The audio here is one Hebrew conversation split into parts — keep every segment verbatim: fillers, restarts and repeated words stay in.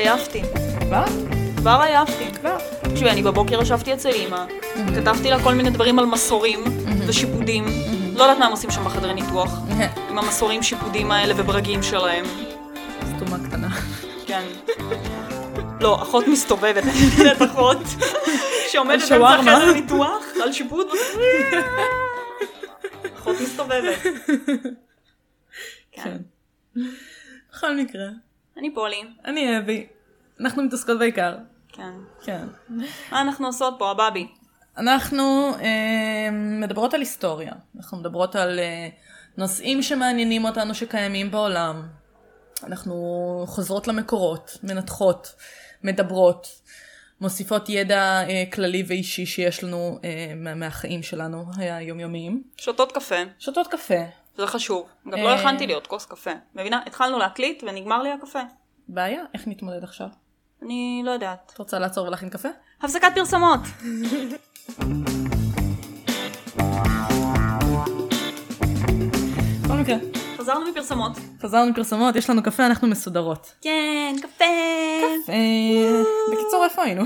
עייפתי. כבר? כבר עייפתי. כבר. תשמעי, אני בבוקר ישבתי אצל אמא, כתבתי לה כל מיני דברים על מסורים ושיפודים. לא יודעת מה הם עושים שם בחדרי ניתוח. עם המסורים, שיפודים האלה וברגים שלהם. סתומה קטנה. כן. לא, אחות מסתובבת, אני יודעת אחות, שעומדת באמצע חדר ניתוח, על שיפוד. אחות מסתובבת. כן. בכל מקרה. אני פולי. אני אבי. אנחנו מתעסקות בעיקר. כן. כן. מה אנחנו עושות פה, הבאבי? אנחנו אה, מדברות על היסטוריה. אנחנו מדברות על אה, נושאים שמעניינים אותנו שקיימים בעולם. אנחנו חוזרות למקורות, מנתחות, מדברות, מוסיפות ידע אה, כללי ואישי שיש לנו אה, מה, מהחיים שלנו היומיומיים. שותות קפה. שותות קפה. זה חשוב. גם לא הכנתי להיות כוס קפה. מבינה? התחלנו להקליט ונגמר לי הקפה. בעיה? איך נתמודד עכשיו? אני לא יודעת. את רוצה לעצור ולהכין קפה? הפסקת פרסומות. בכל מקרה. חזרנו מפרסומות. חזרנו מפרסומות, יש לנו קפה, אנחנו מסודרות. כן, קפה. קפה. בקיצור, איפה היינו?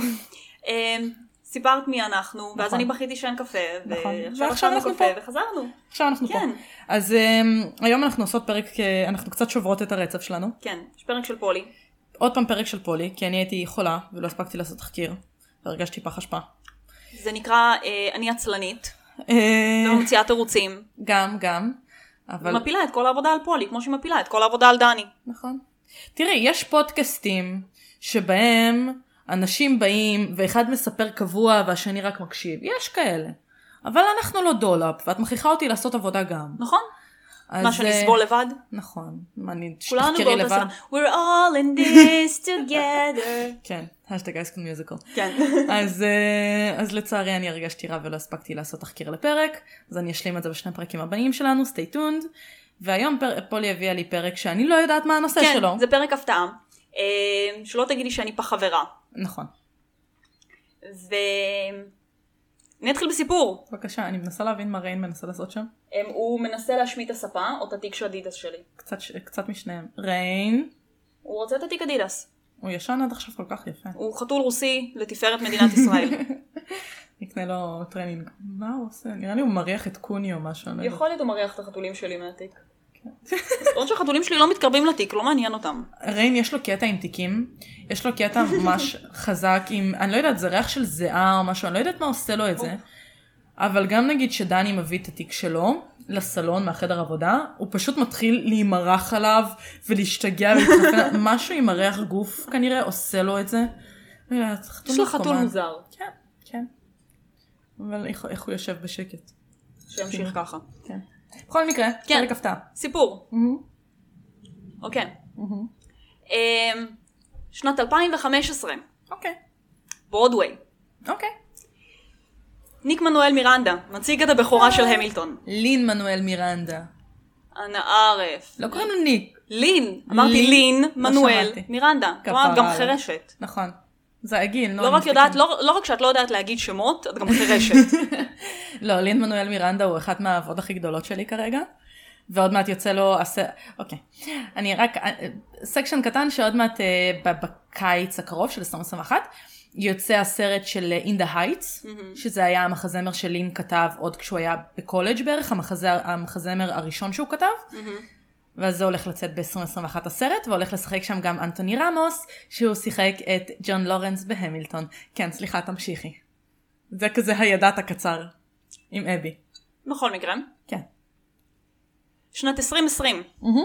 סיפרת מי אנחנו, ואז אני בכיתי שאין קפה, ועכשיו אנחנו קפה, וחזרנו. עכשיו אנחנו פה. אז היום אנחנו עושות פרק, אנחנו קצת שוברות את הרצף שלנו. כן, יש פרק של פולי. עוד פעם פרק של פולי, כי אני הייתי חולה, ולא הספקתי לעשות תחקיר, והרגשתי פח אשפה. זה נקרא, אני עצלנית, וממציאה תירוצים. גם, גם. אבל... מפילה את כל העבודה על פולי, כמו שהיא מפילה את כל העבודה על דני. נכון. תראי, יש פודקאסטים שבהם אנשים באים, ואחד מספר קבוע והשני רק מקשיב. יש כאלה. אבל אנחנו לא דולאפ, ואת מכריחה אותי לעשות עבודה גם. נכון. אז... מה שאני אסבול לבד? נכון. מה אני כולנו שתחקרי לבד? באותה סם. We're all in this together. כן, השטג אייסקול מיוזיקל. כן. אז, אז לצערי אני הרגשתי רע ולא הספקתי לעשות תחקיר לפרק, אז אני אשלים את זה בשני הפרקים הבאים שלנו, stay tuned. והיום פולי הביאה לי פרק שאני לא יודעת מה הנושא כן, שלו. כן, זה פרק הפתעה. שלא תגידי שאני פח חברה. נכון. ו... נתחיל בסיפור. בבקשה, אני מנסה להבין מה ריין מנסה לעשות שם. הוא מנסה להשמיט את הספה, או את התיק של אדידס שלי. קצת, קצת משניהם. ריין. הוא רוצה את התיק אדידס. הוא ישן עד עכשיו כל כך יפה. הוא חתול רוסי לתפארת מדינת ישראל. נקנה לו טרנינג. מה הוא עושה? נראה לי הוא מריח את קוני או משהו. יכול להיות הוא מריח את החתולים שלי מהתיק. עוד שהחתולים שלי לא מתקרבים לתיק, לא מעניין אותם. ריין יש לו קטע עם תיקים, יש לו קטע ממש חזק עם, אני לא יודעת, זה ריח של זיעה או משהו, אני לא יודעת מה עושה לו את זה, אבל גם נגיד שדני מביא את התיק שלו לסלון מהחדר עבודה, הוא פשוט מתחיל להימרח עליו ולהשתגע ולהתחפן, משהו עם הריח גוף כנראה עושה לו את זה. יש לו חתול מוזר. כן, כן. אבל איך הוא יושב בשקט? שימשיך ככה. כן. בכל מקרה, פרק הפתעה. סיפור. אוקיי. שנת אלפיים וחמש עשרה. אוקיי. ברודווי. אוקיי. ניק מנואל מירנדה, מציג את הבכורה של המילטון. לין מנואל מירנדה. אנא ערף. לא קוראים לו ניק. לין. אמרתי לין מנואל מירנדה. גם חרשת. נכון. זה הגיל. לא רק יודעת, לא רק שאת לא יודעת להגיד שמות, את גם חרשת. לא, לין מנואל מירנדה הוא אחת מהעבוד הכי גדולות שלי כרגע, ועוד מעט יוצא לו, אוקיי, אני רק, סקשן קטן שעוד מעט בקיץ הקרוב של עשרים עשרים ואחת, יוצא הסרט של In the Heights, שזה היה המחזמר שלין כתב עוד כשהוא היה בקולג' בערך, המחזמר הראשון שהוא כתב, ואז זה הולך לצאת ב-עשרים עשרים ואחת הסרט, והולך לשחק שם גם אנטוני רמוס, שהוא שיחק את ג'ון לורנס בהמילטון. כן, סליחה, תמשיכי. זה כזה הידעת הקצר, עם אבי. בכל מקרה. כן. שנת עשרים עשרים.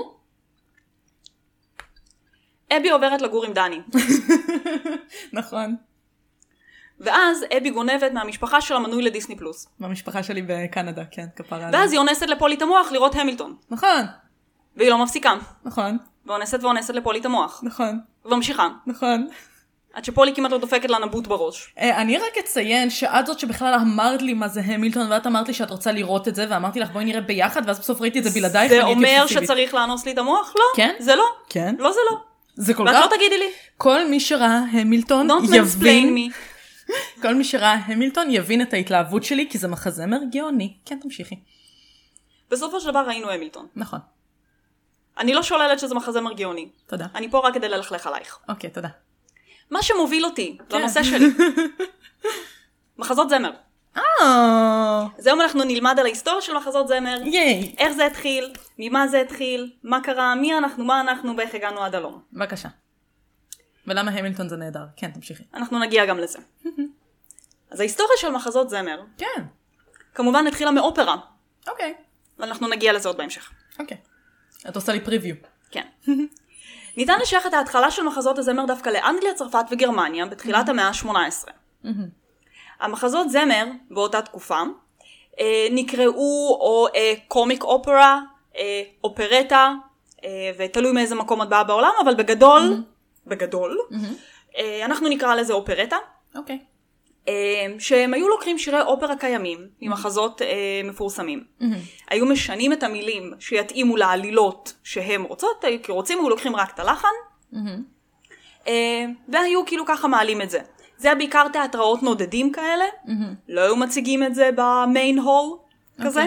אבי עוברת לגור עם דני. נכון. ואז אבי גונבת מהמשפחה של המנוי לדיסני פלוס. מהמשפחה שלי בקנדה, כן, כפרה. ואז היא אונסת לפולי את המוח לראות המילטון. נכון. והיא לא מפסיקה. נכון. ואונסת ואונסת לפולי את המוח. נכון. וממשיכה. נכון. עד שפולי כמעט לא דופקת לה נבוט בראש. אני רק אציין שעד זאת שבכלל אמרת לי מה זה המילטון, ואת אמרת לי שאת רוצה לראות את זה, ואמרתי לך בואי נראה ביחד, ואז בסוף ראיתי את זה בלעדייך. זה אומר שצריך לאנוס לי את המוח? לא. כן? זה לא. כן. לא זה לא. זה כל כך. ואת לא תגידי לי. כל מי שראה המילטון יבין. כל מי שראה המילטון יבין את ההתלהבות שלי, כי זה מחזמר גאוני. כן, תמשיכי. בסופו של דבר ראינו המילטון. נכון. אני לא שוללת שזה מחזמר גאוני. תודה. אני פה רק כדי ללכלך עלייך. אוקיי, תודה. מה שמוביל אותי לנושא שלי. מחזות זמר. אז היום אנחנו נלמד על ההיסטוריה של מחזות זמר, איך זה התחיל, ממה זה התחיל, מה קרה, מי אנחנו, מה אנחנו, ואיך הגענו עד הלום. בבקשה. ולמה המילטון זה נהדר? כן, תמשיכי. אנחנו נגיע גם לזה. אז ההיסטוריה של מחזות זמר, כן. כמובן התחילה מאופרה. אוקיי. ואנחנו נגיע לזה עוד בהמשך. אוקיי. את עושה לי פריוויו. כן. ניתן לשייך את ההתחלה של מחזות הזמר דווקא לאנגליה, צרפת וגרמניה בתחילת המאה ה-שמונה עשרה. המחזות זמר באותה תקופה נקראו או קומיק אופרה, אופרטה, ותלוי מאיזה מקום את באה בעולם, אבל בגדול, בגדול, אנחנו נקרא לזה אופרטה. אוקיי. שהם היו לוקחים שירי אופרה קיימים, ממחזות מפורסמים. היו משנים את המילים שיתאימו לעלילות שהם רוצות, כי רוצים, היו לוקחים רק את הלחן, והיו כאילו ככה מעלים את זה. זה היה בעיקר תיאטראות נודדים כאלה, לא היו מציגים את זה במיין הול כזה.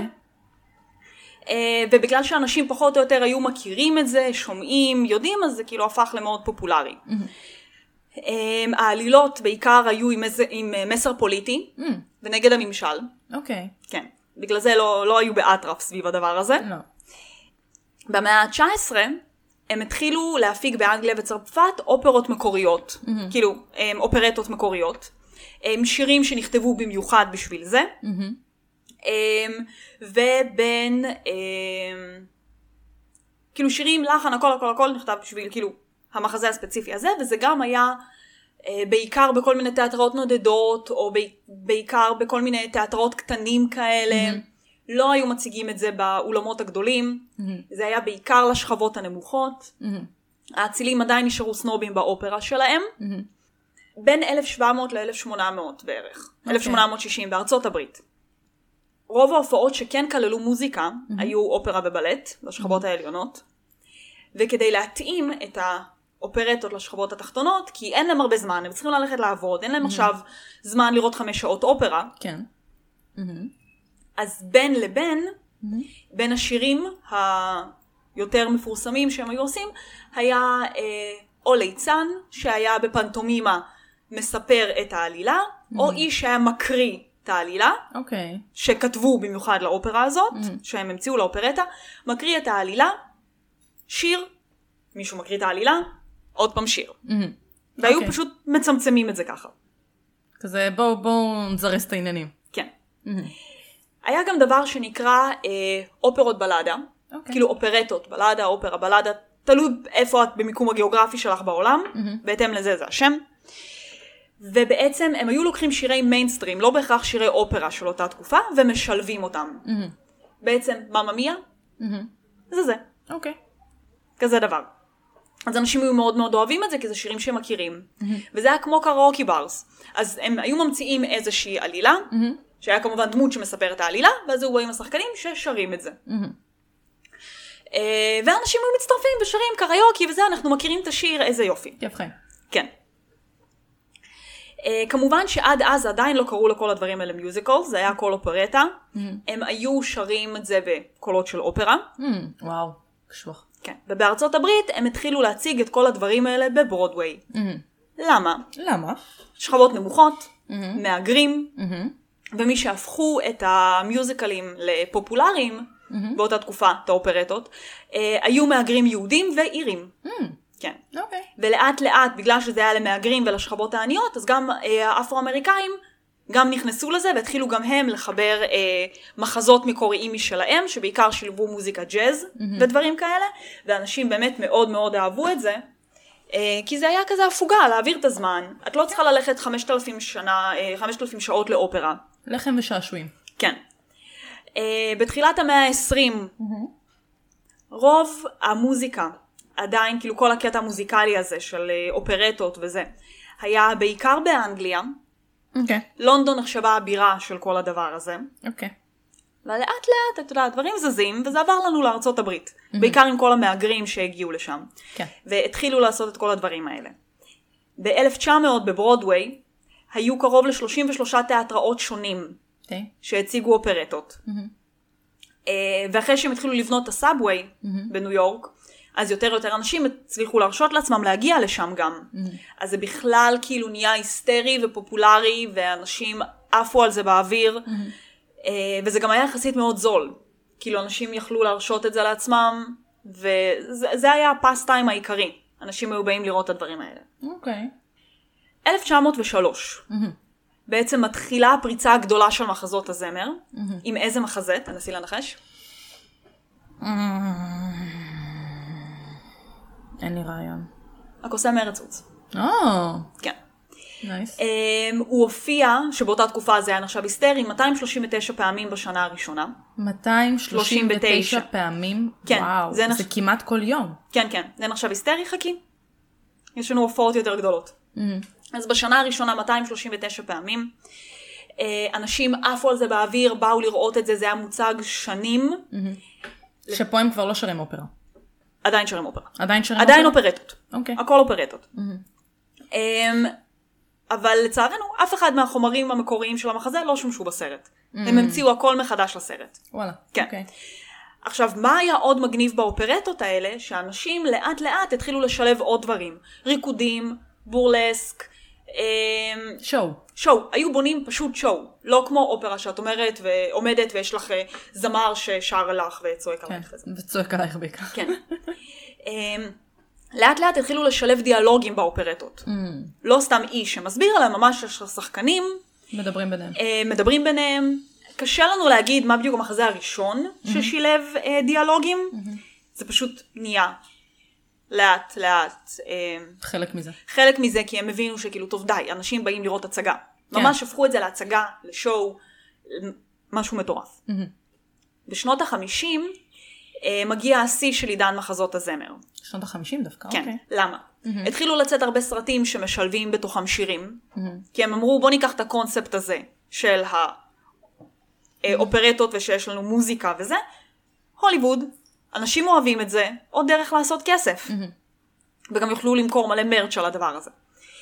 ובגלל שאנשים פחות או יותר היו מכירים את זה, שומעים, יודעים, אז זה כאילו הפך למאוד פופולרי. העלילות בעיקר היו עם, איזה, עם מסר פוליטי, mm. ונגד הממשל. אוקיי. Okay. כן. בגלל זה לא, לא היו באטרף סביב הדבר הזה. לא. במאה ה-תשע עשרה, הם התחילו להפיק באנגליה וצרפת אופרות מקוריות. Mm-hmm. כאילו, אופרטות מקוריות. שירים שנכתבו במיוחד בשביל זה. Mm-hmm. ובין, כאילו שירים, לחן, הכל, הכל, הכל נכתב בשביל, כאילו, המחזה הספציפי הזה, וזה גם היה אה, בעיקר בכל מיני תיאטראות נודדות, או ב, בעיקר בכל מיני תיאטראות קטנים כאלה. Mm-hmm. לא היו מציגים את זה באולמות הגדולים. Mm-hmm. זה היה בעיקר לשכבות הנמוכות. Mm-hmm. האצילים עדיין נשארו סנובים באופרה שלהם. Mm-hmm. בין אלף שבע מאות ל-אלף שמונה מאות בערך. Okay. אלף שמונה מאות שישים בארצות הברית. רוב ההופעות שכן כללו מוזיקה, mm-hmm. היו אופרה ובלט, לשכבות mm-hmm. העליונות. וכדי להתאים את האופרטות לשכבות התחתונות, כי אין להם הרבה זמן, הם צריכים ללכת לעבוד, אין להם mm-hmm. עכשיו זמן לראות חמש שעות אופרה. כן. Mm-hmm. אז בין לבין, mm-hmm. בין השירים היותר מפורסמים שהם היו עושים, היה אה, או ליצן, שהיה בפנטומימה מספר את העלילה, mm-hmm. או איש שהיה מקריא את העלילה, okay. שכתבו במיוחד לאופרה הזאת, mm-hmm. שהם המציאו לאופרטה, מקריא את העלילה, שיר, מישהו מקריא את העלילה, עוד פעם שיר. Mm-hmm. והיו okay. פשוט מצמצמים את זה ככה. כזה בואו בואו נזרס את העניינים. כן. Mm-hmm. היה גם דבר שנקרא אה, אופרות בלדה, okay. כאילו אופרטות, בלדה, אופרה, בלדה, תלוי איפה את במיקום הגיאוגרפי שלך בעולם, mm-hmm. בהתאם לזה זה השם. ובעצם הם היו לוקחים שירי מיינסטרים, לא בהכרח שירי אופרה של אותה תקופה, ומשלבים אותם. Mm-hmm. בעצם ממא מיה, mm-hmm. זה זה. אוקיי. Okay. כזה דבר. אז אנשים היו מאוד מאוד אוהבים את זה, כי זה שירים שהם מכירים. Mm-hmm. וזה היה כמו קראוקי ברס. אז הם היו ממציאים איזושהי עלילה, mm-hmm. שהיה כמובן דמות שמספרת את העלילה, ואז היו באים השחקנים ששרים את זה. Mm-hmm. ואנשים היו מצטרפים ושרים קראוקי וזה, אנחנו מכירים את השיר, איזה יופי. יפה. כן. כמובן שעד אז עדיין לא קראו לכל הדברים האלה מיוזיקל, זה היה כל אופרטה. Mm-hmm. הם היו שרים את זה בקולות של אופרה. Mm-hmm. וואו, קשוח. כן. ובארצות הברית הם התחילו להציג את כל הדברים האלה בברודוויי. Mm-hmm. למה? למה? שכבות נמוכות, mm-hmm. מאגרים, mm-hmm. ומי שהפכו את המיוזיקלים לפופולריים, mm-hmm. באותה תקופה, את האופרטות, אה, היו מאגרים יהודים ואירים. Mm-hmm. כן. אוקיי. ולאט לאט, בגלל שזה היה למאגרים ולשכבות העניות, אז גם אה, האפרו-אמריקאים גם נכנסו לזה, והתחילו גם הם לחבר אה, מחזות מקוריים משלהם, שבעיקר שילבו מוזיקה ג'אז mm-hmm. ודברים כאלה, ואנשים באמת מאוד מאוד אהבו את זה, אה, כי זה היה כזה הפוגה, להעביר את הזמן. את לא צריכה ללכת חמשת אלפים שנה, אה, חמשת אלפים שעות לאופרה. לחם ושעשועים. כן. אה, בתחילת המאה ה-עשרים, mm-hmm. רוב המוזיקה, עדיין, כאילו כל הקטע המוזיקלי הזה של אה, אופרטות וזה, היה בעיקר באנגליה, אוקיי. Okay. לונדון נחשבה הבירה של כל הדבר הזה. אוקיי. Okay. ולאט לאט, אתה יודע, הדברים זזים, וזה עבר לנו לארצות הברית. Mm-hmm. בעיקר עם כל המאגרים שהגיעו לשם. כן. Okay. והתחילו לעשות את כל הדברים האלה. ב-אלף תשע מאות בברודוויי, היו קרוב ל-שלושים ושלושה תיאטראות שונים, okay. שהציגו אופרטות. Mm-hmm. ואחרי שהם התחילו לבנות את הסאבווי mm-hmm. בניו יורק, אז יותר ויותר אנשים הצליחו להרשות לעצמם להגיע לשם גם. Mm-hmm. אז זה בכלל כאילו נהיה היסטרי ופופולרי, ואנשים עפו על זה באוויר, mm-hmm. וזה גם היה יחסית מאוד זול. כאילו אנשים יכלו להרשות את זה לעצמם, וזה היה הפאסטיים העיקרי. אנשים היו באים לראות את הדברים האלה. אוקיי. Okay. אלף תשע מאות ושלוש. Mm-hmm. בעצם מתחילה הפריצה הגדולה של מחזות הזמר. Mm-hmm. עם איזה מחזה? תנסי לנחש. Mm-hmm. אין לי רעיון. הקוסם מארץ עוץ. או. כן. נייס. Um, הוא הופיע, שבאותה תקופה זה היה נחשב היסטרי, מאתיים שלושים ותשע פעמים בשנה הראשונה. מאתיים שלושים ותשע פעמים? כן. וואו, זה, נחש... זה כמעט כל יום. כן, כן. זה נחשב היסטרי, חכי. יש לנו הופעות יותר גדולות. Mm-hmm. אז בשנה הראשונה מאתיים שלושים ותשע פעמים. Uh, אנשים עפו על זה באוויר, באו לראות את זה, זה היה מוצג שנים. Mm-hmm. שפה הם כבר לא שרים אופרה. עדיין שרים אופרה. עדיין שרים עדיין אופרה? אופרטות. אוקיי. הכל אופרטות. Mm-hmm. Um, אבל לצערנו, אף אחד מהחומרים המקוריים של המחזה לא שמשו בסרט. Mm-hmm. הם המציאו הכל מחדש לסרט. וואלה. כן. אוקיי. עכשיו, מה היה עוד מגניב באופרטות האלה? שאנשים לאט לאט התחילו לשלב עוד דברים. ריקודים, בורלסק, שואו. שואו. היו בונים פשוט שואו. לא כמו אופרה שאת אומרת ועומדת ויש לך זמר ששר לך וצועק עלייך. כן, וצועק עלייך בעיקר. כן. לאט לאט התחילו לשלב דיאלוגים באופרטות. לא סתם איש שמסביר, אלא ממש השחקנים. מדברים ביניהם. מדברים ביניהם. קשה לנו להגיד מה בדיוק המחזה הראשון ששילב דיאלוגים. זה פשוט נהיה. לאט, לאט. חלק מזה. חלק מזה, כי הם הבינו שכאילו, טוב די, אנשים באים לראות הצגה. ממש הפכו את זה להצגה, לשואו, משהו מטורף. בשנות החמישים, מגיע השיא של עידן מחזות הזמר. שנות החמישים דווקא, כן, למה? התחילו לצאת הרבה סרטים שמשלבים בתוכם שירים, כי הם אמרו, בוא ניקח את הקונספט הזה, של האופרטות ושיש לנו מוזיקה וזה, הוליווד, אנשים אוהבים את זה, עוד דרך לעשות כסף. Mm-hmm. וגם יוכלו למכור מלא מרץ' על הדבר הזה.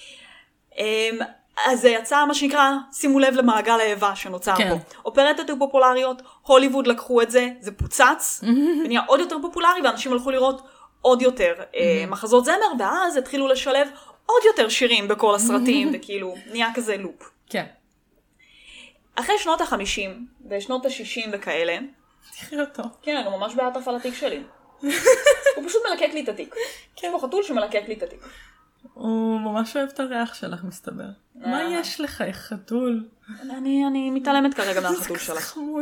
אז זה יצא מה שנקרא, שימו לב למעגל האיבה שנוצר כן. פה. אופרטות היו פופולריות, הוליווד לקחו את זה, זה פוצץ, mm-hmm. ונהיה עוד יותר פופולרי, ואנשים הלכו לראות עוד יותר mm-hmm. מחזות זמר, ואז התחילו לשלב עוד יותר שירים בכל הסרטים, mm-hmm. וכאילו נהיה כזה לופ. כן. אחרי שנות החמישים, ושנות השישים וכאלה, תחי אותו. כן, הוא ממש בעטף על התיק שלי. הוא פשוט מלקק לי את התיק. יש פה חתול שמלקק לי את התיק. הוא ממש אוהב את הריח שלך, מסתבר. מה יש לך, חתול? אני מתעלמת כרגע מהחתול שלך. זה חמוד.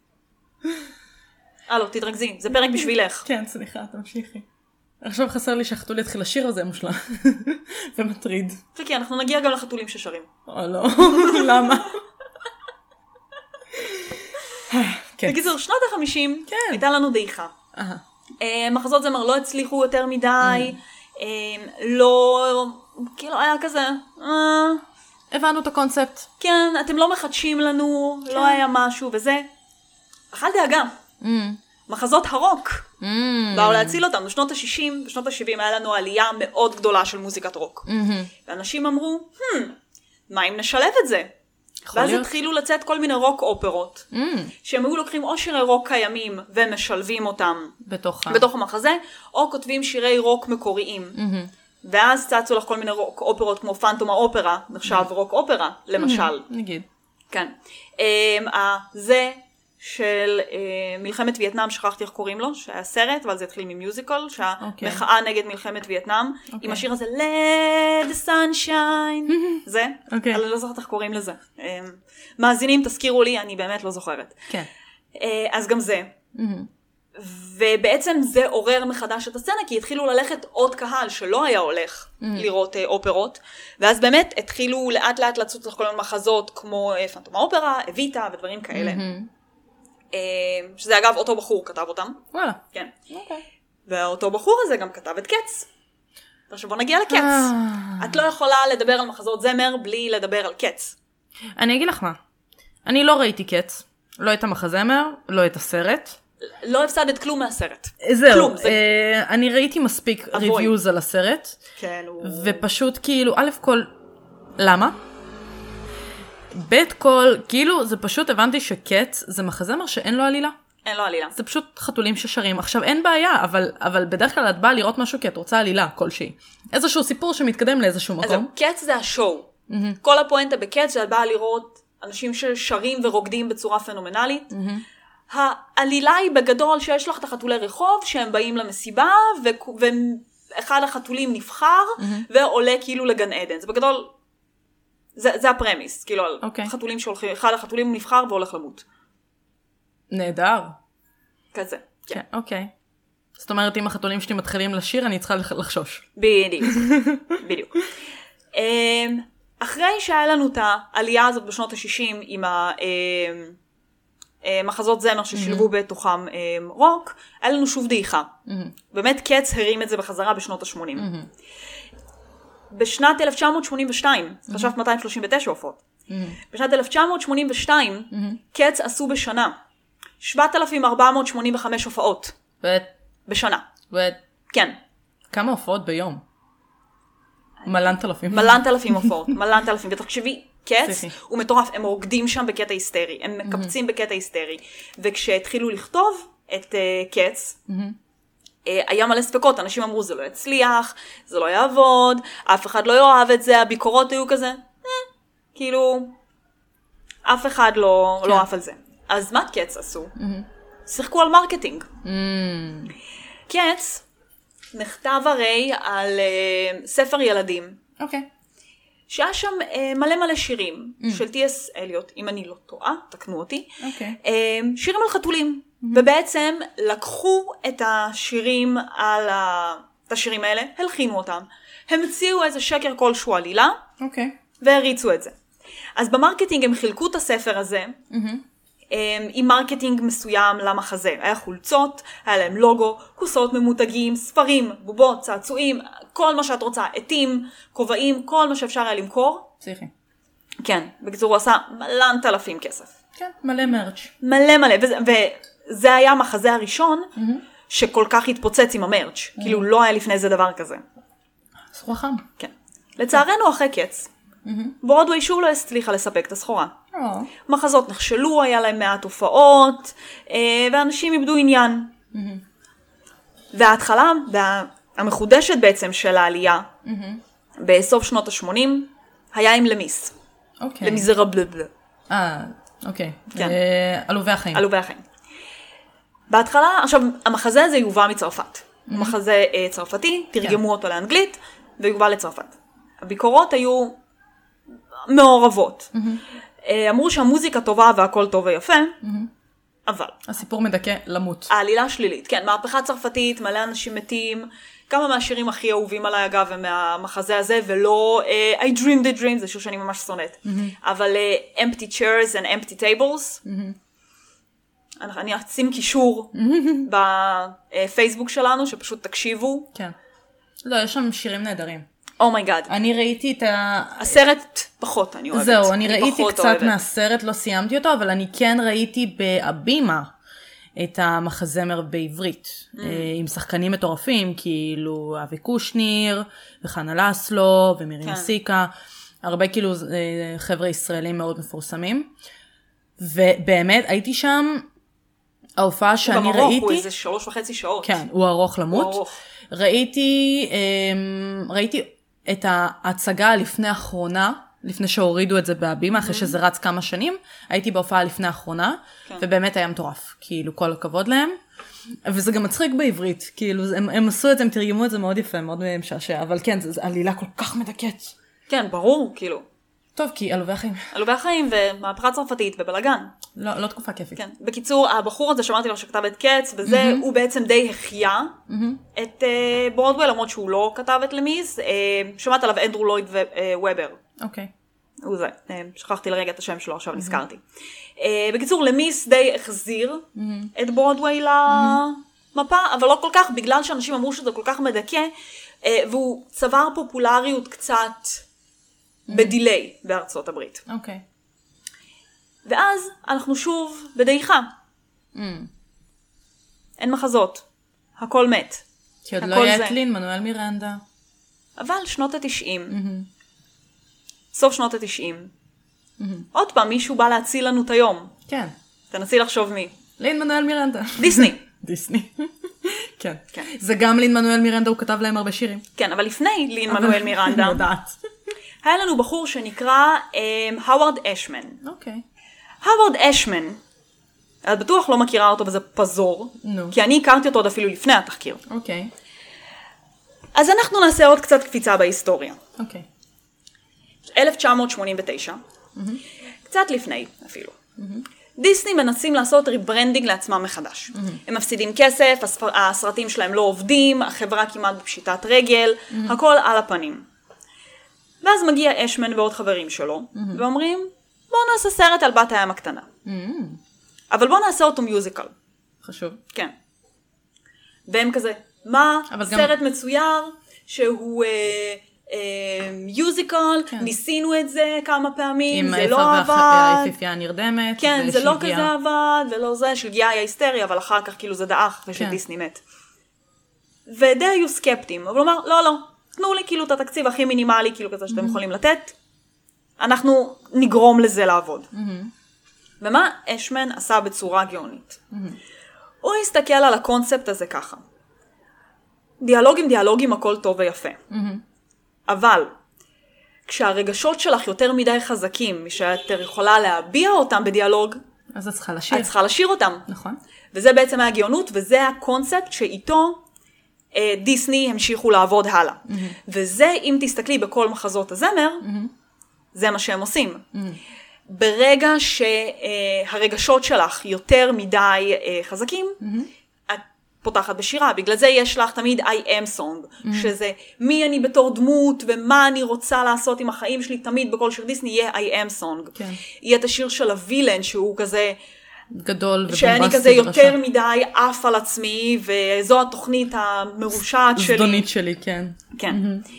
הלו, תתרכזי, זה פרק בשבילך. כן, סליחה, תמשיכי. עכשיו חסר לי שהחתול יתחיל לשיר, וזה מושלם. ומטריד. חכי, אנחנו נגיע גם לחתולים ששרים. או לא, למה? בקיצור, שנות החמישים הייתה לנו דעיכה. מחזות זמר לא הצליחו יותר מדי, לא, כאילו היה כזה, הבנו את הקונספט. כן, אתם לא מחדשים לנו, לא היה משהו וזה. אכל דאגה. מחזות הרוק. באו להציל אותם. בשנות ה-שישים, בשנות ה-שבעים היה לנו עלייה מאוד גדולה של מוזיקת רוק. ואנשים אמרו, מה אם נשלב את זה? ואז התחילו לצאת כל מיני רוק אופרות, mm. שהם היו לוקחים או שירי רוק קיימים ומשלבים אותם בתוך, בתוך המחזה, או כותבים שירי רוק מקוריים. Mm-hmm. ואז צצו לך כל מיני רוק אופרות כמו פנטום האופרה, נחשב mm-hmm. רוק אופרה, למשל. Mm-hmm. נגיד. כן. Um, זה של uh, מלחמת וייטנאם, שכחתי איך קוראים לו, שהיה סרט, אבל זה התחיל ממיוזיקל, שהמחאה okay. נגד מלחמת וייטנאם, okay. עם השיר הזה, Let the sunshine, זה, okay. אני לא זוכרת איך קוראים לזה. Um, מאזינים, תזכירו לי, אני באמת לא זוכרת. כן. Uh, אז גם זה. Mm-hmm. ובעצם זה עורר מחדש את הסצנה, כי התחילו ללכת עוד קהל שלא היה הולך mm-hmm. לראות uh, אופרות, ואז באמת התחילו לאט לאט לצוץ לכל מיני מחזות, כמו uh, פנטום האופרה, אביטה ודברים כאלה. Mm-hmm. שזה אגב אותו בחור כתב אותם. וואלה. כן. אוקיי. ואותו בחור הזה גם כתב את קץ. עכשיו בוא נגיע לקץ. את לא יכולה לדבר על מחזות זמר בלי לדבר על קץ. אני אגיד לך מה. אני לא ראיתי קץ. לא את המחזמר, לא את הסרט. לא הפסדת כלום מהסרט. זהו. כלום. זה... אני ראיתי מספיק ריוויוז על הסרט. כן. הוא... ופשוט כאילו, א' כל, למה? בית כל, כאילו, זה פשוט הבנתי שקץ זה מחזמר שאין לו עלילה. אין לו עלילה. זה פשוט חתולים ששרים. עכשיו אין בעיה, אבל, אבל בדרך כלל את באה לראות משהו כי את רוצה עלילה כלשהי. איזשהו סיפור שמתקדם לאיזשהו מקום. אז קץ זה השואו. Mm-hmm. כל הפואנטה בקץ זה את באה לראות אנשים ששרים ורוקדים בצורה פנומנלית. Mm-hmm. העלילה היא בגדול שיש לך את החתולי רחוב שהם באים למסיבה ו- ואחד החתולים נבחר mm-hmm. ועולה כאילו לגן עדן. זה בגדול, זה, זה הפרמיס. כאילו okay. חתולים שהולכים, אחד החתולים נבחר והולך למות. נהדר. כזה. כן, אוקיי. זאת אומרת, אם החתולים שלי מתחילים לשיר, אני צריכה לחשוש. בדיוק. בדיוק. אחרי שהיה לנו את העלייה הזאת בשנות ה-שישים עם המחזות זמר ששילבו בתוכם רוק, היה לנו שוב דעיכה. באמת קץ הרים את זה בחזרה בשנות ה-שמונים. בשנת אלף תשע מאות שמונים ושתיים, חשבת מאתיים שלושים ותשע הופעות. בשנת אלף תשע מאות שמונים ושתיים, קץ עשו בשנה שבעת אלפים ארבע מאות שמונים וחמש הופעות. בשנה. כן. כמה הופעות ביום? מלנת אלפים. מלנת אלפים הופעות. מלנת אלפים. ותחשבי, קץ הוא מטורף. הם רוקדים שם בקטע היסטרי. הם מקפצים בקטע היסטרי. וכשהתחילו לכתוב את קץ, היה מלא ספקות. אנשים אמרו, זה לא יצליח, זה לא יעבוד, אף אחד לא יאהב את זה, הביקורות היו כזה. כאילו, אף אחד לא אהב על זה. אז מה קץ עשו? שיחקו על מרקטינג. קץ נכתב הרי על ספר ילדים. אוקיי. שהיה שם מלא מלא שירים של טי אס אליוט, אם אני לא טועה, תקנו אותי. אוקיי. שירים על חתולים. ובעצם לקחו את השירים על את השירים האלה, הלחינו אותם. הם הציעו איזה שקר כלשהו עלילה. אוקיי. והריצו את זה. אז במרקטינג הם חילקו את הספר הזה, עם מרקטינג מסוים למחזה. היה חולצות, היה להם לוגו, כוסות ממותגים, ספרים, בובות, צעצועים, כל מה שאת רוצה, עטים, כובעים, כל מה שאפשר היה למכור. צריכים. כן, בקיצור הוא עשה מלנת אלפים כסף. כן, מלא מרץ'. מלא מלא, וזה, וזה היה המחזה הראשון שכל כך התפוצץ עם המרץ'. כאילו לא היה לפני זה דבר כזה. סחורה חם. כן. לצערנו אחרי קץ, ברודווי שוב לא הצליחה לספק את הסחורה. מחזות נכשלו, היה להם מעט הופעות, ואנשים איבדו עניין. וההתחלה המחודשת בעצם של העלייה, בסוף שנות ה-שמונים, היה עם למיס. למיזרבלבל. אה, אוקיי. עלובי החיים. עלובי החיים. בהתחלה, עכשיו, המחזה הזה יובא מצרפת. הוא מחזה צרפתי, תרגמו אותו לאנגלית, ויובא לצרפת. הביקורות היו מעורבות. אמרו שהמוזיקה טובה והכל טוב ויפה, אבל... הסיפור מדכא למות. העלילה שלילית, כן, מהפכה צרפתית, מלא אנשים מתים, כמה מהשירים הכי אהובים עליי אגב, הם מהמחזה הזה, ולא I Dreamed a Dream, זה שיר שאני ממש שונאת, אבל Empty Chairs and Empty Tables, אני אשים קישור בפייסבוק שלנו, שפשוט תקשיבו. כן. לא, יש שם שירים נהדרים. אומייגאד. אני ראיתי את ה... הסרט פחות אני אוהבת. זהו, אני ראיתי קצת מהסרט, לא סיימתי אותו, אבל אני כן ראיתי בהבימה את המחזמר בעברית, עם שחקנים מטורפים, כאילו אבי קושניר, וחנה לסלו, ומירי מסיקה, הרבה כאילו חבר'ה ישראלים מאוד מפורסמים, ובאמת הייתי שם, ההופעה שאני ראיתי... הוא גם ארוך, הוא איזה שלוש וחצי שעות. כן, הוא ארוך למות. הוא ארוך. ראיתי, ראיתי את ההצגה לפני האחרונה, לפני שהורידו את זה בהבימה, אחרי שזה רץ כמה שנים, הייתי בהופעה לפני האחרונה, ובאמת היה מטורף, כאילו כל הכבוד להם, וזה גם מצחיק בעברית, כאילו הם, הם עשו את זה, הם תרגמו את זה מאוד יפה, מאוד משעשע, אבל כן, זו עלילה כל כך מדכאת. כן, ברור, כאילו. טוב, כי עלובי החיים. עלובי החיים ומהפכה צרפתית ובלגן. לא, לא תקופה כיפית. כן. בקיצור, הבחור הזה שאמרתי לו שכתב את קץ, וזה mm-hmm. הוא בעצם די החיה mm-hmm. את uh, ברודווי, למרות שהוא לא כתב את למיס. Uh, שמעת עליו אנדרו לויד וובר. אוקיי. Okay. הוא זה. Uh, שכחתי לרגע את השם שלו, עכשיו mm-hmm. נזכרתי. Uh, בקיצור, למיס די החזיר mm-hmm. את ברודווי למפה, mm-hmm. אבל לא כל כך, בגלל שאנשים אמרו שזה כל כך מדכא, uh, והוא צבר פופולריות קצת... בדיליי בארצות הברית. אוקיי. ואז אנחנו שוב בדעיכה. אין מחזות. הכל מת. כי עוד לא היה את לין מנואל מירנדה. אבל שנות התשעים. סוף שנות התשעים. עוד פעם מישהו בא להציל לנו את היום. כן. תנסי לחשוב מי. לין מנואל מירנדה. דיסני. דיסני. כן. זה גם לין מנואל מירנדה, הוא כתב להם הרבה שירים. כן, אבל לפני לין מנואל מירנדה, אני יודעת. היה לנו בחור שנקרא הווארד אשמן. אוקיי. הווארד אשמן, את בטוח לא מכירה אותו וזה פזור, כי אני הכרתי אותו עוד אפילו לפני התחקיר. אוקיי. אז אנחנו נעשה עוד קצת קפיצה בהיסטוריה. אוקיי. אלף תשע מאות שמונים ותשע, קצת לפני אפילו. דיסני מנסים לעשות ריברנדינג לעצמם מחדש. הם מפסידים כסף, הסרטים שלהם לא עובדים, החברה כמעט בפשיטת רגל, הכל על הפנים. ואז מגיע אשמן ועוד חברים שלו, ואומרים, בואו נעשה סרט על בת הים הקטנה. אבל בואו נעשה אותו מיוזיקל. חשוב. כן. והם כזה, מה? סרט גם... מצויר, שהוא אה, אה, מיוזיקל, כן. ניסינו את זה כמה פעמים, זה לא עבד. עם היפיפייה הנרדמת. כן, זה לא כזה עבד, ולא זה, שלגיה היה היסטרי, אבל אחר כך כאילו זה דאח, ושדיסני מת. ודי היו סקפטים, אבל הוא אמר, לא, לא, תנו לי כאילו את התקציב הכי מינימלי, כאילו כזה שאתם יכולים לתת, אנחנו נגרום לזה לעבוד. ומה אשמן עשה בצורה גאונית? הוא הסתכל על הקונספט הזה ככה. דיאלוגים, דיאלוגים, הכל טוב ויפה. אבל, כשהרגשות שלך יותר מדי חזקים, משאת יכולה להביע אותם בדיאלוג, אז את צריכה לשיר. את צריכה לשיר אותם. נכון. וזה בעצם הגאונות, וזה הקונספט שאיתו אה, דיסני המשיכו לעבוד הלאה. Mm-hmm. וזה, אם תסתכלי בכל מחזות הזמר, mm-hmm. זה מה שהם עושים. Mm-hmm. ברגע שהרגשות שלך יותר מדי אה, חזקים, mm-hmm. את פותחת בשירה. בגלל זה יש לך תמיד I am song, mm-hmm. שזה מי אני בתור דמות, ומה אני רוצה לעשות עם החיים שלי, תמיד בכל שיר דיסני יהיה I am song. כן. יהיה את השיר של הווילן, שהוא כזה... גדול ובומבסטי. שאני כזה יותר מדי אף על עצמי, וזו התוכנית המרושעת שלי. זדונית שלי, כן. כן.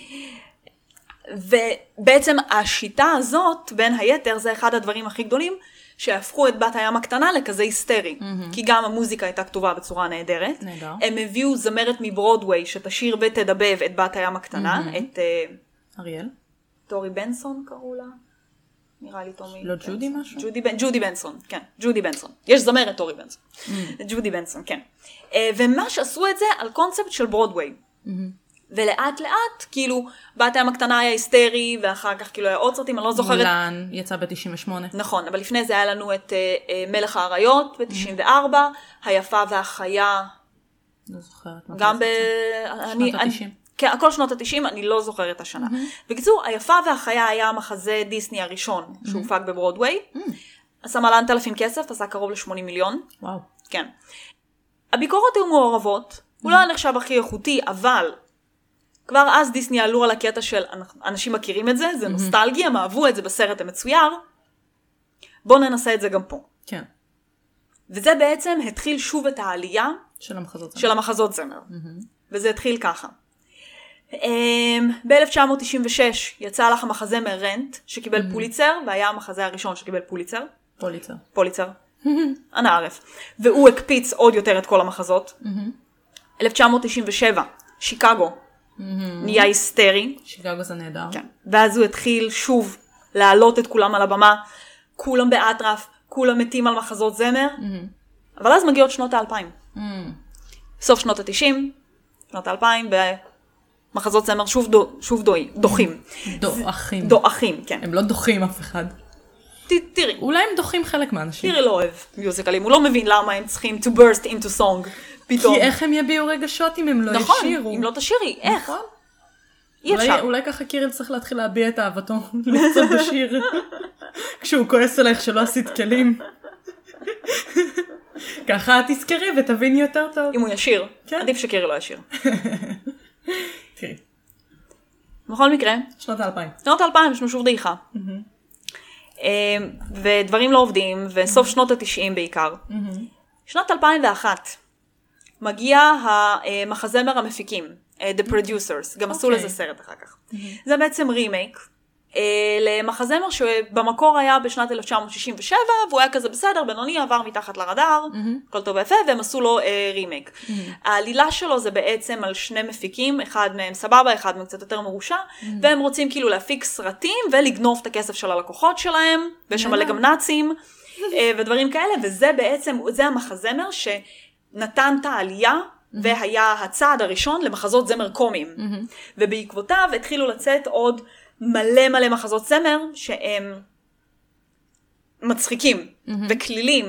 ובעצם השיטה הזאת, בין היתר, זה אחד הדברים הכי גדולים, שהפכו את בת הים הקטנה לכזה היסטרי. כי גם המוזיקה הייתה כתובה בצורה נהדרת. נהדר. הם הביאו זמרת מברודווי, שתשיר ותדבב את בת הים הקטנה, את... אריאל? טורי בנסון קראו לה. נראה לי טומי. לא ג'ודי משהו? ג'ודי, ג'ודי בנסון, כן. ג'ודי בנסון. יש זמרת טורי בנסון. ג'ודי בנסון, כן. ומה שעשו את זה על קונספט של ברודווי. ולאט לאט, כאילו, בת הים הקטנה היה היסטרי, ואחר כך כאילו היה עוד סרטים, אני לא זוכרת. מולן יצא ב-תשעים ושמונה. נכון, אבל לפני זה היה לנו את מלך האריות ב-תשעים וארבע, היפה והחיה. לא זוכרת. גם ב... שנות ה-תשעים. כן, הכל שנות ה-תשעים, אני לא זוכרת את השנה. Mm-hmm. בקיצור, היפה והחיה היה המחזה דיסני הראשון, mm-hmm. שהופק בברודווי. Mm-hmm. עשה מלא אלפים כסף, עשה קרוב ל-שמונים מיליון. וואו. כן. הביקורות היו מעורבות, mm-hmm. הוא לא היה נחשב הכי איכותי, אבל כבר אז דיסני עלו על הקטע של, אנשים מכירים את זה, זה mm-hmm. נוסטלגיה, הם אהבו את זה בסרט המצויר, בואו ננסה את זה גם פה. כן. וזה בעצם התחיל שוב את העלייה של המחזות זמר. של המחזות זמר. Mm-hmm. וזה התחיל ככה. ב-אלף תשע מאות תשעים ושש יצא לך המחזמר רנט, שקיבל mm-hmm. פוליצר, והיה המחזה הראשון שקיבל פוליצר. פוליצר. פוליצר. אנא ערף. והוא הקפיץ עוד יותר את כל המחזות. Mm-hmm. אלף תשע מאות תשעים ושבע, שיקגו. Mm-hmm. נהיה היסטרי. שיקגו זה נהדר. כן. ואז הוא התחיל שוב להעלות את כולם על הבמה. כולם באטרף, כולם מתים על מחזות זמר. Mm-hmm. אבל אז מגיעות שנות האלפיים. Mm-hmm. סוף שנות התשעים, שנות האלפיים, ב... מחזות זמר שוב, דו, שוב דוי, דוחים. דוחים. דוחים, כן. הם לא דוחים אף אחד. ת, תראי. אולי הם דוחים חלק מהאנשים. תראי לא אוהב מיוזיקלים, הוא לא מבין למה הם צריכים to burst into song פתאום. כי איך הם יביעו רגשות אם הם לא נכון, ישירו? נכון, אם לא תשירי, איך? נכון. אי אפשר. אולי, אולי ככה קיריל צריך להתחיל להביע את אהבתו לקצת בשיר. כשהוא כועס עליך שלא עשית כלים. ככה תזכרי ותביני יותר טוב. אם הוא ישיר, כן. עדיף שקיריל לא ישיר. תראי. בכל מקרה. שנות האלפיים. שנות האלפיים יש לנו שוב דעיכה. ודברים לא עובדים, וסוף שנות התשעים בעיקר. שנת אלפיים ואחת מגיע המחזמר המפיקים, The Producers, גם עשו לזה סרט אחר כך. זה בעצם רימייק למחזמר שבמקור היה בשנת אלף תשע מאות שישים ושבע, והוא היה כזה בסדר, בינוני עבר מתחת לרדאר, הכל טוב ויפה, והם עשו לו רימייק. העלילה שלו זה בעצם על שני מפיקים, אחד מהם סבבה, אחד מהם קצת יותר מרושע, והם רוצים כאילו להפיק סרטים ולגנוב את הכסף של הלקוחות שלהם, ויש שם מלא גם נאצים, ודברים כאלה, וזה בעצם, זה המחזמר שנתן את העלייה, והיה הצעד הראשון למחזות זמר קומיים. ובעקבותיו התחילו לצאת עוד מלא מלא מחזות זמר, שהם מצחיקים, וכלילים,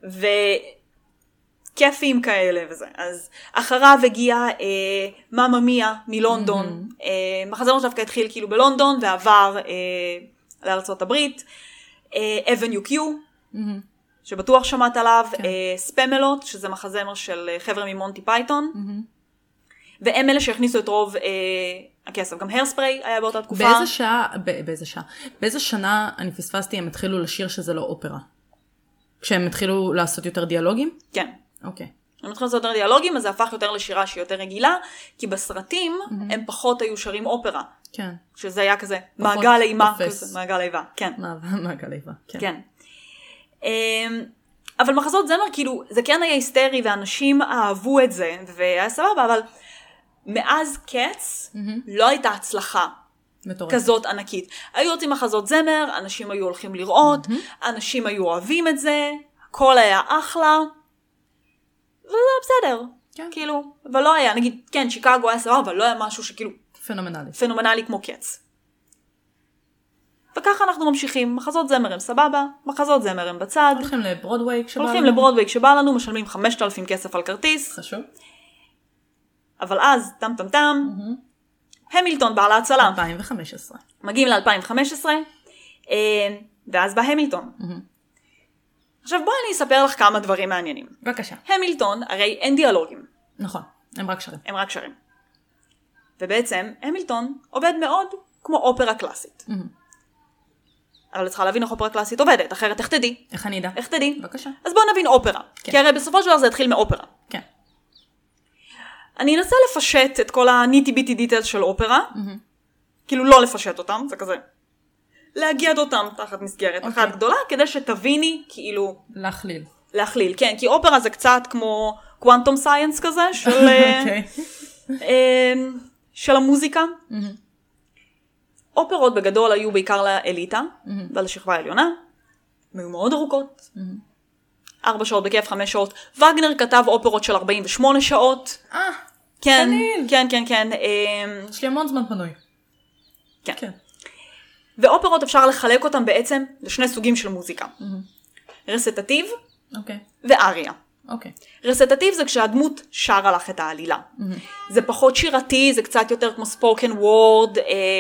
וכיפים כאלה וזה. אז אחריו הגיע אה, מאמה מיה מלונדון, אה, מחזמר דווקא התחיל כאילו בלונדון, ועבר אה, לארצות הברית, אבניו קיו, שבטוח שמעת עליו, ספמלוט, שזה מחזמר של חבר'ה ממונטי פייתון, והם אלה שהכניסו את רוב הכסף. גם הרספריי היה באותה תקופה. באיזה שעה, באיזה שעה, באיזה שנה אני פספסתי, הם התחילו לשיר שזה לא אופרה? כשהם התחילו לעשות יותר דיאלוגים? כן. אוקיי. הם התחילו לעשות יותר דיאלוגים, אז זה הפך יותר לשירה שהיא יותר רגילה, כי בסרטים הם פחות היו שרים אופרה. כן. שזה היה כזה מעגל אימה, כזה, מעגל איבה, כן. מעגל איבה, כן. כן. אבל מחזות זמר, כאילו, זה כן היה היסטרי, ואנשים אהבו את זה, והיה סבבה, אבל מאז קץ לא הייתה הצלחה כזאת ענקית. היו יוצאים מחזות זמר, אנשים היו הולכים לראות, אנשים היו אוהבים את זה, הכל היה אחלה, וזה בסדר. כאילו, אבל לא היה, נגיד, כן, שיקגו היה סבבה, אבל לא היה משהו שכאילו פנומנלי. פנומנלי כמו קץ. וככה אנחנו ממשיכים, מחזות זמר הם סבבה, מחזות זמר הם בצד. הולכים לברודוויי כשבא לנו. הולכים לברודוויי כשבא לנו, משלמים חמשת אלפים כסף על כרטיס. חשוב. אבל אז, טם טם טם, המילטון בא להצלה. אלפיים וחמש עשרה. מגיעים ל-אלפיים וחמש עשרה, ואז בא המילטון. עכשיו בואי אני אספר לך כמה דברים מעניינים. בבקשה. המילטון, הרי אין דיאלוגים. נכון, הם רק שרים. הם רק שרים. ובעצם, המילטון עובד מאוד כמו אופרה קלאסית. אבל צריכה להבין איך אופרה קלאסית עובדת, אחרת איך תדעי? איך אני אדע? איך תדעי? בבקשה. אז בואו נבין אופרה. כן. כי הרי בסופו של דבר זה התחיל מאופרה. כן. אני אנסה לפשט את כל הניטי ביטי דיטל של אופרה. כאילו לא לפשט אותם, זה כזה. להגיע אותם תחת מסגרת אחת גדולה, כדי שתביני כאילו... להכליל. להכליל, כן. כי אופרה זה קצת כמו קוונטום סייאנס כזה, של... של המוזיקה. אופרות בגדול היו בעיקר לאליטה, ולשכבה העליונה. הם היו מאוד ארוכות. ארבע שעות בכיף, חמש שעות. וגנר כתב אופרות של ארבעים ושמונה שעות. אה, כן, קליל. כן, כן, כן. יש לי המון זמן פנוי. כן. כן. ואופרות אפשר לחלק אותם בעצם לשני סוגים של מוזיקה. רסטטיב אוקיי. ואריה. אוקיי. רסטטיב זה כשהדמות שרה לך את העלילה. זה פחות שירתי, זה קצת יותר כמו ספוקן וורד,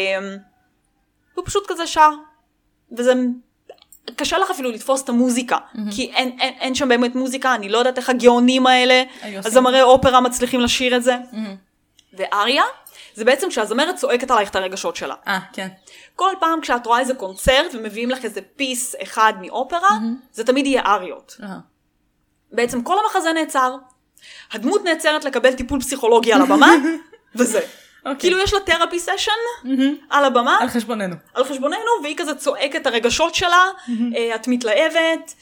הוא פשוט כזה שר. וזה קשה לך אפילו לתפוס את המוזיקה, כי אין, אין, אין שם באמת מוזיקה, אני לא יודעת איך הגאונים האלה, הזמרי אופרה מצליחים לשיר את זה. ואריה, זה בעצם כשהזמרת צועקת עלייך את הרגשות שלה. אה, כן. כל פעם כשאת רואה איזה קונצרט ומביאים לך איזה פיס אחד מאופרה, זה תמיד יהיה אריות. בעצם כל המחזה נעצר, הדמות נעצרת לקבל טיפול פסיכולוגי על הבמה, וזה. כאילו יש לה תרפי סשן על הבמה. על חשבוננו. על חשבוננו, והיא כזה צועקת את הרגשות שלה, את מתלהבת,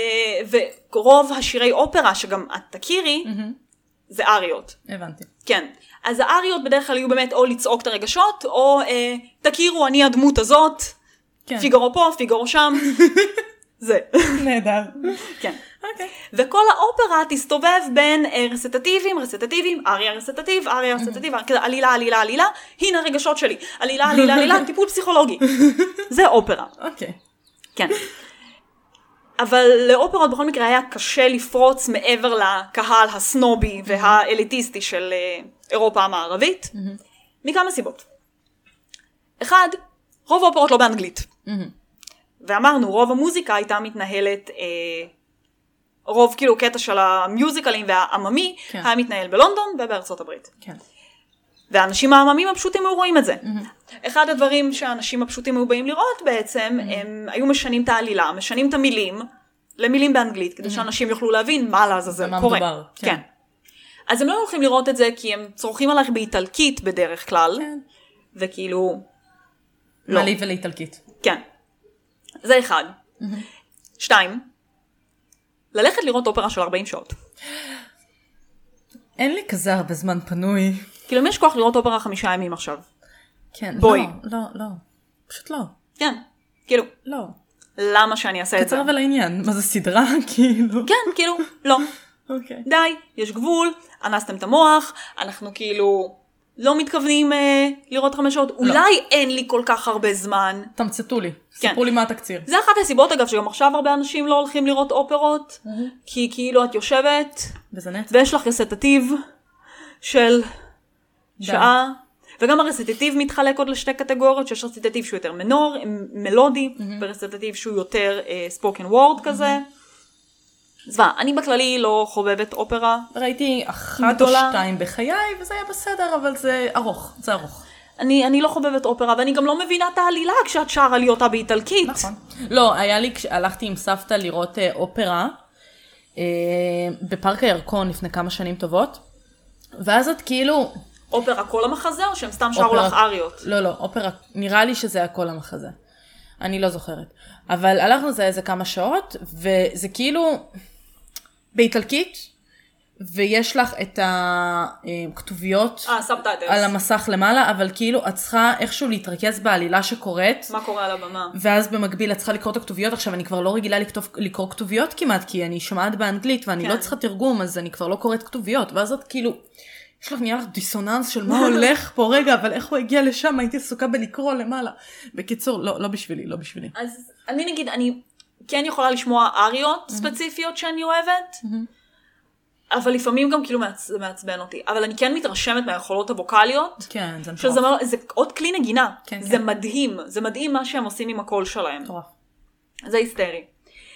ורוב השירי אופרה שגם את תכירי, זה אריות. הבנתי. כן. אז האריות בדרך כלל יהיו באמת או לצעוק את הרגשות, או תכירו, אני הדמות הזאת, פיגרו פה, פיגרו שם. זה. נהדר. כן. אוקיי. וכל האופרה תסתובב בין רסטטיבים, רסטטיבים, אריה רסטטיב, אריה רסטטיב, עלילה, עלילה, עלילה, הנה הרגשות שלי, עלילה, עלילה, עלילה, טיפול פסיכולוגי. זה אופרה. אוקיי. כן. אבל לאופרות בכל מקרה היה קשה לפרוץ מעבר לקהל הסנובי והאליטיסטי של אירופה המערבית, מכמה סיבות. אחד, רוב האופרות לא באנגלית. ואמרנו, רוב המוזיקה הייתה מתנהלת, אה, רוב כאילו קטע של המיוזיקלים והעממי, כן. היה מתנהל בלונדון ובארצות הברית. כן. והאנשים העממים הפשוטים היו רואים את זה. Mm-hmm. אחד הדברים שהאנשים הפשוטים היו באים לראות בעצם, mm-hmm. הם היו משנים את העלילה, משנים את המילים, למילים באנגלית, כדי mm-hmm. שאנשים יוכלו להבין מה לעזאזל קורה. מדובר. כן. כן. אז הם לא הולכים לראות את זה, כי הם צורכים עליך באיטלקית בדרך כלל, כן. וכאילו... לא. מעלי ולאיטלקית. כן. זה אחד. Mm-hmm. שתיים, ללכת לראות אופרה של ארבעים שעות. אין לי כזה הרבה זמן פנוי. כאילו, אם יש כוח לראות אופרה חמישה ימים עכשיו. כן, בואי. לא, לא, לא. פשוט לא. כן, כאילו. לא. למה שאני אעשה את זה? קצר אבל העניין, מה זה סדרה? כאילו. כן, כאילו, לא. אוקיי. די, יש גבול, אנסתם את המוח, אנחנו כאילו לא מתכוונים אה, לראות חמש שעות, אולי אין לי כל כך הרבה זמן. תמצתו לי, כן. סיפרו לי מה התקציר. זה אחת הסיבות אגב, שגם עכשיו הרבה אנשים לא הולכים לראות אופרות, כי כאילו את יושבת, וזה נט. ויש לך רסטטיב של שעה, וגם הרסטטיב מתחלק עוד לשתי קטגוריות, שיש רסטטיב שהוא יותר מנור, מלודי, ורסטטיב שהוא יותר ספוקן וורד כזה. זווה, אני בכללי לא חובבת אופרה. ראיתי אחת או שתיים בחיי, וזה היה בסדר, אבל זה ארוך, זה ארוך. אני, אני לא חובבת אופרה, ואני גם לא מבינה את העלילה כשאת שרה לי אותה באיטלקית. נכון. לא, היה לי, כשהלכתי עם סבתא לראות אה, אופרה, אה, בפארק הירקון לפני כמה שנים טובות, ואז את כאילו... אופרה כל המחזה, או שהם סתם שרו לך אריות? לא, לא, אופרה, נראה לי שזה היה כל המחזה. אני לא זוכרת. אבל הלכנו זה איזה כמה שעות, וזה כאילו באיטלקית, ויש לך את הכתוביות על המסך למעלה, אבל כאילו את צריכה איכשהו להתרכז בעלילה שקורית. מה קורה על הבמה? ואז במקביל את צריכה לקרוא את הכתוביות. עכשיו אני כבר לא רגילה לכתוב, לקרוא כתוביות כמעט, כי אני שומעת באנגלית, ואני כן. לא צריכה תרגום, אז אני כבר לא קוראת כתוביות. ואז את כאילו... יש לך נהיה לך דיסוננס של מה הולך פה רגע, אבל איך הוא הגיע לשם, הייתי עסוקה בלקרוא למעלה. בקיצור, לא, לא בשבילי, לא בשבילי. אז אני נגיד, אני כן יכולה לשמוע אריות ספציפיות שאני אוהבת, אבל לפעמים גם כאילו זה מעצבן אותי. אבל אני כן מתרשמת מהיכולות הווקליות. כן, זה מטורף. זה עוד כלי נגינה. זה מדהים. זה מדהים מה שהם עושים עם הקול שלהם. מטורף. זה היסטרי.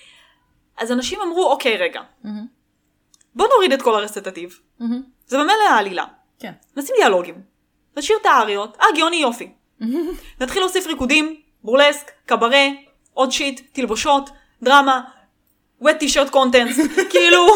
אז אנשים אמרו, אוקיי, רגע. בוא נוריד את כל הרסטטיב. זה במילא העלילה. כן. נשים דיאלוגים. נשאיר את האריות. אה, גאוני יופי. נתחיל להוסיף ריקודים, בורלסק, קברה, עוד שיט, תלבושות, דרמה, wet t-shirt contents, כאילו...